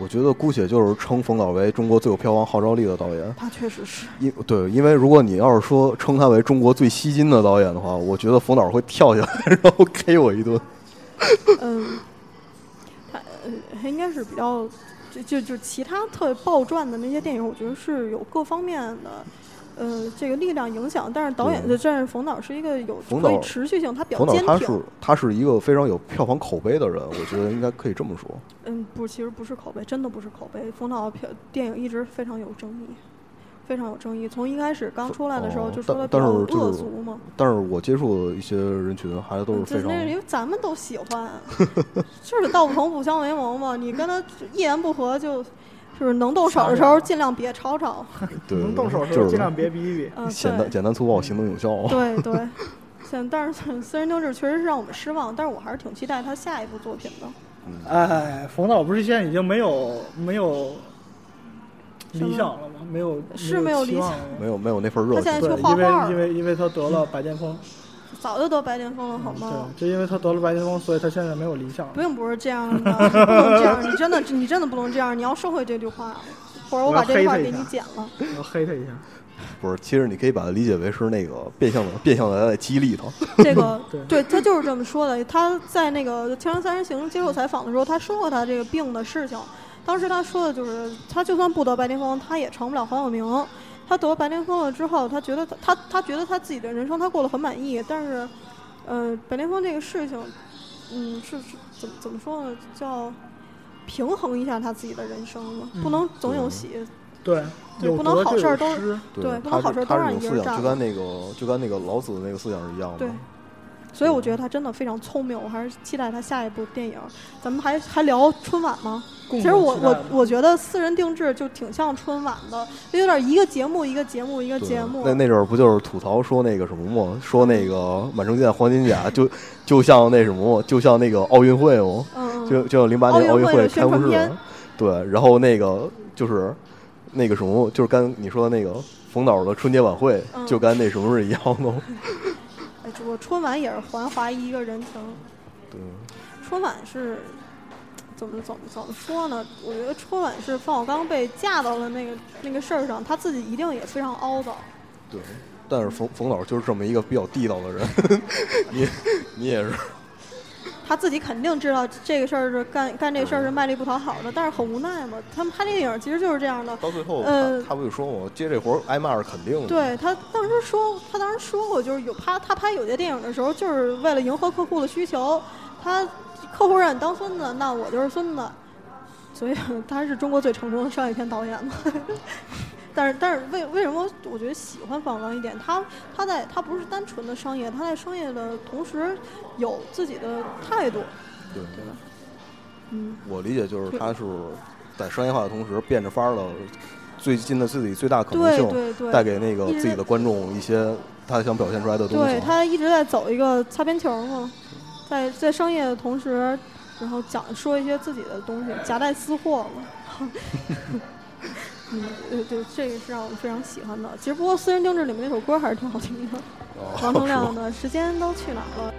我觉得姑且就是称冯导为中国最有票房号召力的导演。 他确实是。 因对，因为如果你要是说称他为中国最吸金的导演的话，我觉得冯导会跳下来，然后 K 我一顿。 嗯，他呃应该是比较，就就就其他特暴传的那些电影，我觉得是有各方面的。呃，这个力量影响，但是导演的这是冯导是一个有可以持续性，他比较坚挺。 冯导他是他是一个非常有票房口碑的人，我觉得应该可以这么说。 嗯，不，其实不是口碑，真的不是口碑。冯导的电影一直非常有争议，非常有争议。从一开始刚出来的时候就说的比较恶俗嘛、哦但。但是我接触的一些人群还都是非常。 那是因为咱们都喜欢，就是道不同不相为谋嘛。你跟他一言不合就。就是能动手的时候尽量别吵吵， 对， 能动手的时候尽量别逼逼， 嗯， 简单简单粗暴，行动有效。 对对，现但是私人定制确实是让我们失望，但是我还是挺期待他下一部作品的。 嗯、哎，冯导不是现在已经没有没有理想了吗？没有是没有理想， 没有没有那份热情。 他现在去画画， 因为因为因为他得了白癜风。 早就得白癜风了，好吗？ 嗯、对，就因为他得了白癜风，所以他现在没有理想。 并不是这样的，不能这样，你真的，你真的不能这样，你要收回这句话，或者我把这句话给你剪了。 我黑他一下。 不是，其实你可以把它理解为是那个变相的、变相的在激励他。 这个对, 对，他就是这么说的。他在那个《锵锵三人行》接受采访的时候，他说过他这个病的事情。当时他说的就是，他就算不得白癜风，他也成不了黄晓明。他得白癜风了之后，他觉得他他他觉得他自己的人生他过得很满意，但是，呃，白癜风这个事情，嗯，是是怎么怎么说呢？叫平衡一下他自己的人生嘛，嗯、不能总有喜。 对， 对，不能好事都对， 不能好事都让一人占。 就跟那个就跟那个老子的那个思想是一样的。 对。所以我觉得他真的非常聪明，我还是期待他下一部电影。咱们还还聊春晚吗？其实我我我觉得私人定制就挺像春晚的，就有点一个节目一个节目一个节目。 那那阵儿不就是吐槽说那个什么吗？说那个满城尽黄金甲就就像那什么，就像那个奥运会吗？ 嗯， 就就像零八年奥运会开幕式。对，然后那个就是那个什么，就是刚你说的那个冯导的春节晚会， 嗯、 就跟那什么是一样的。 哎，我春晚也是还华谊一个人情。 对， 春晚是怎么怎么怎么说呢？我觉得春晚是冯小刚被架到了那个那个事儿上，他自己一定也非常懊恼。 对，但是冯冯导就是这么一个比较地道的人，你你也是。 他自己肯定知道这个事儿是干干这事儿是卖力不讨好的，但是很无奈嘛。他们拍电影其实就是这样的。 到最后， 呃， 他, 他不就说我接这活挨骂是肯定的。 对他当时说，他当时说过，就是有他他拍有些电影的时候，就是为了迎合客户的需求。他客户让你当孙子，那我就是孙子。所以他是中国最成功的商业片导演嘛。但是但是为为什么我觉得喜欢冯小刚一点？他他在他不是单纯的商业，他在商业的同时有自己的态度， 对对吧？嗯， 我理解就是他是在商业化的同时变着法儿的，最近的自己最大可能性， 对对对， 带给那个自己的观众一些他想表现出来的东西。 对，他一直在走一个擦边球嘛，在在商业的同时，然后讲说一些自己的东西，夹带私货嘛。嗯，对对，这个是让我非常喜欢的。其实不过《私人定制》里面那首歌还是挺好听的， 哦、 王铮亮的《时间都去哪儿了》。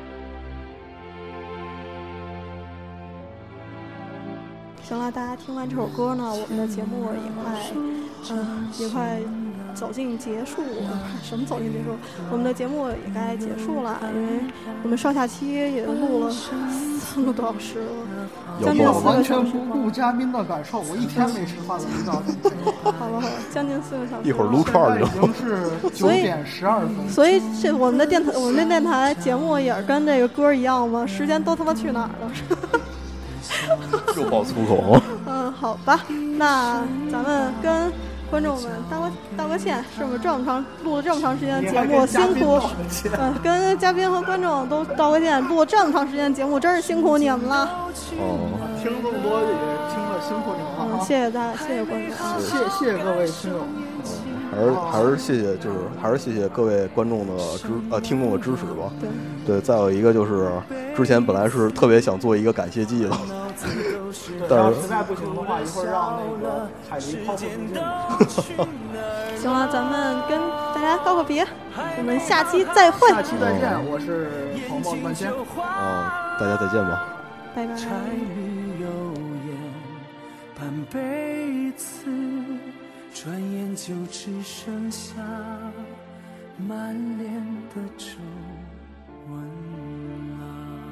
行了，大家听完这首歌呢，我们的节目也快，嗯、呃，也快走进结束。什么走进结束？我们的节目也该结束了，因为我们上下期也录了三个多小时了，将近四个小时。 完全不顾嘉宾的感受，我一天没吃饭了，你知道吗？ 好了好了，将近四个小时。 一会儿撸串儿已经是九点十二分。 所以这我们的电台，我们的电台节目也是跟这个歌一样吗？时间都他妈去哪儿了？ 又爆粗口。 嗯，好吧，那咱们跟观众们道个道个歉，是不是这么长录了这么长时间的节目辛苦？嗯，跟嘉宾和观众都道个歉，录了这么长时间的节目，真是辛苦你们了。 哦， 听这么多也听了辛苦你们了。 嗯，谢谢大家，谢谢观众， 谢谢谢各位听众。 还是还是谢谢，就是还是谢谢各位观众的支呃听众的支持吧。 对对，再有一个就是之前本来是特别想做一个感谢祭的，但是实在不行的话，一会儿让那个海狸抛出重剑。 行了，咱们跟大家告个别，我们下期再会。 下期再见，哦、我是黄帽半仙。 啊，大家再见吧， 拜拜。 半辈子，转眼就只剩下满脸的皱纹了。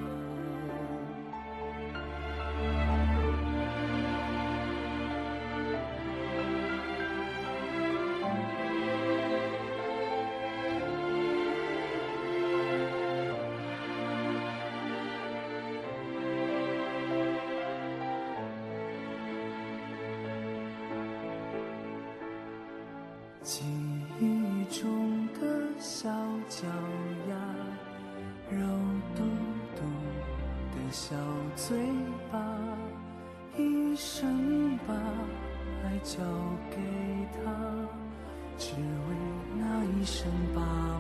记忆中的小脚丫，肉嘟嘟的小嘴巴，一生把爱交给他，只为那一声爸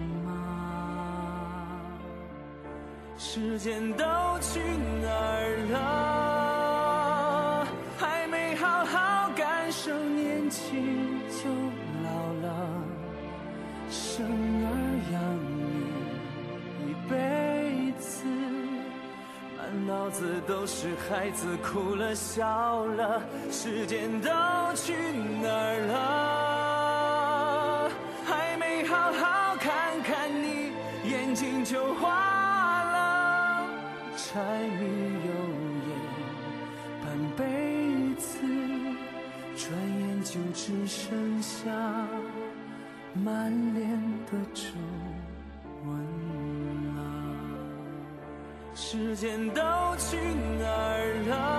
妈。时间都去哪儿了？还没好好感受年轻就老了，生儿养女一辈子，满脑子都是孩子哭了笑了，时间都去哪儿了？还没好好看看你，眼睛就花了，柴米油盐半辈子，转眼就只剩下满脸的皱纹了。时间都去哪儿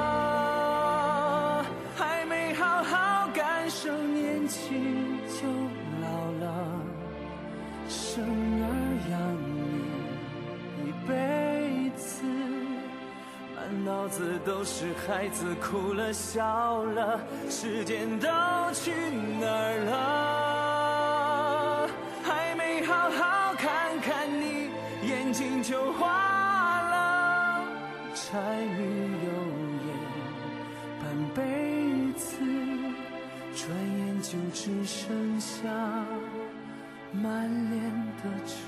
了？还没好好感受年轻就老了，生儿养女一辈子，满脑子都是孩子哭了笑了，时间都去哪儿了？还没好好看看你，眼睛就花了，柴米油盐半辈子，转眼就只剩下满脸的皱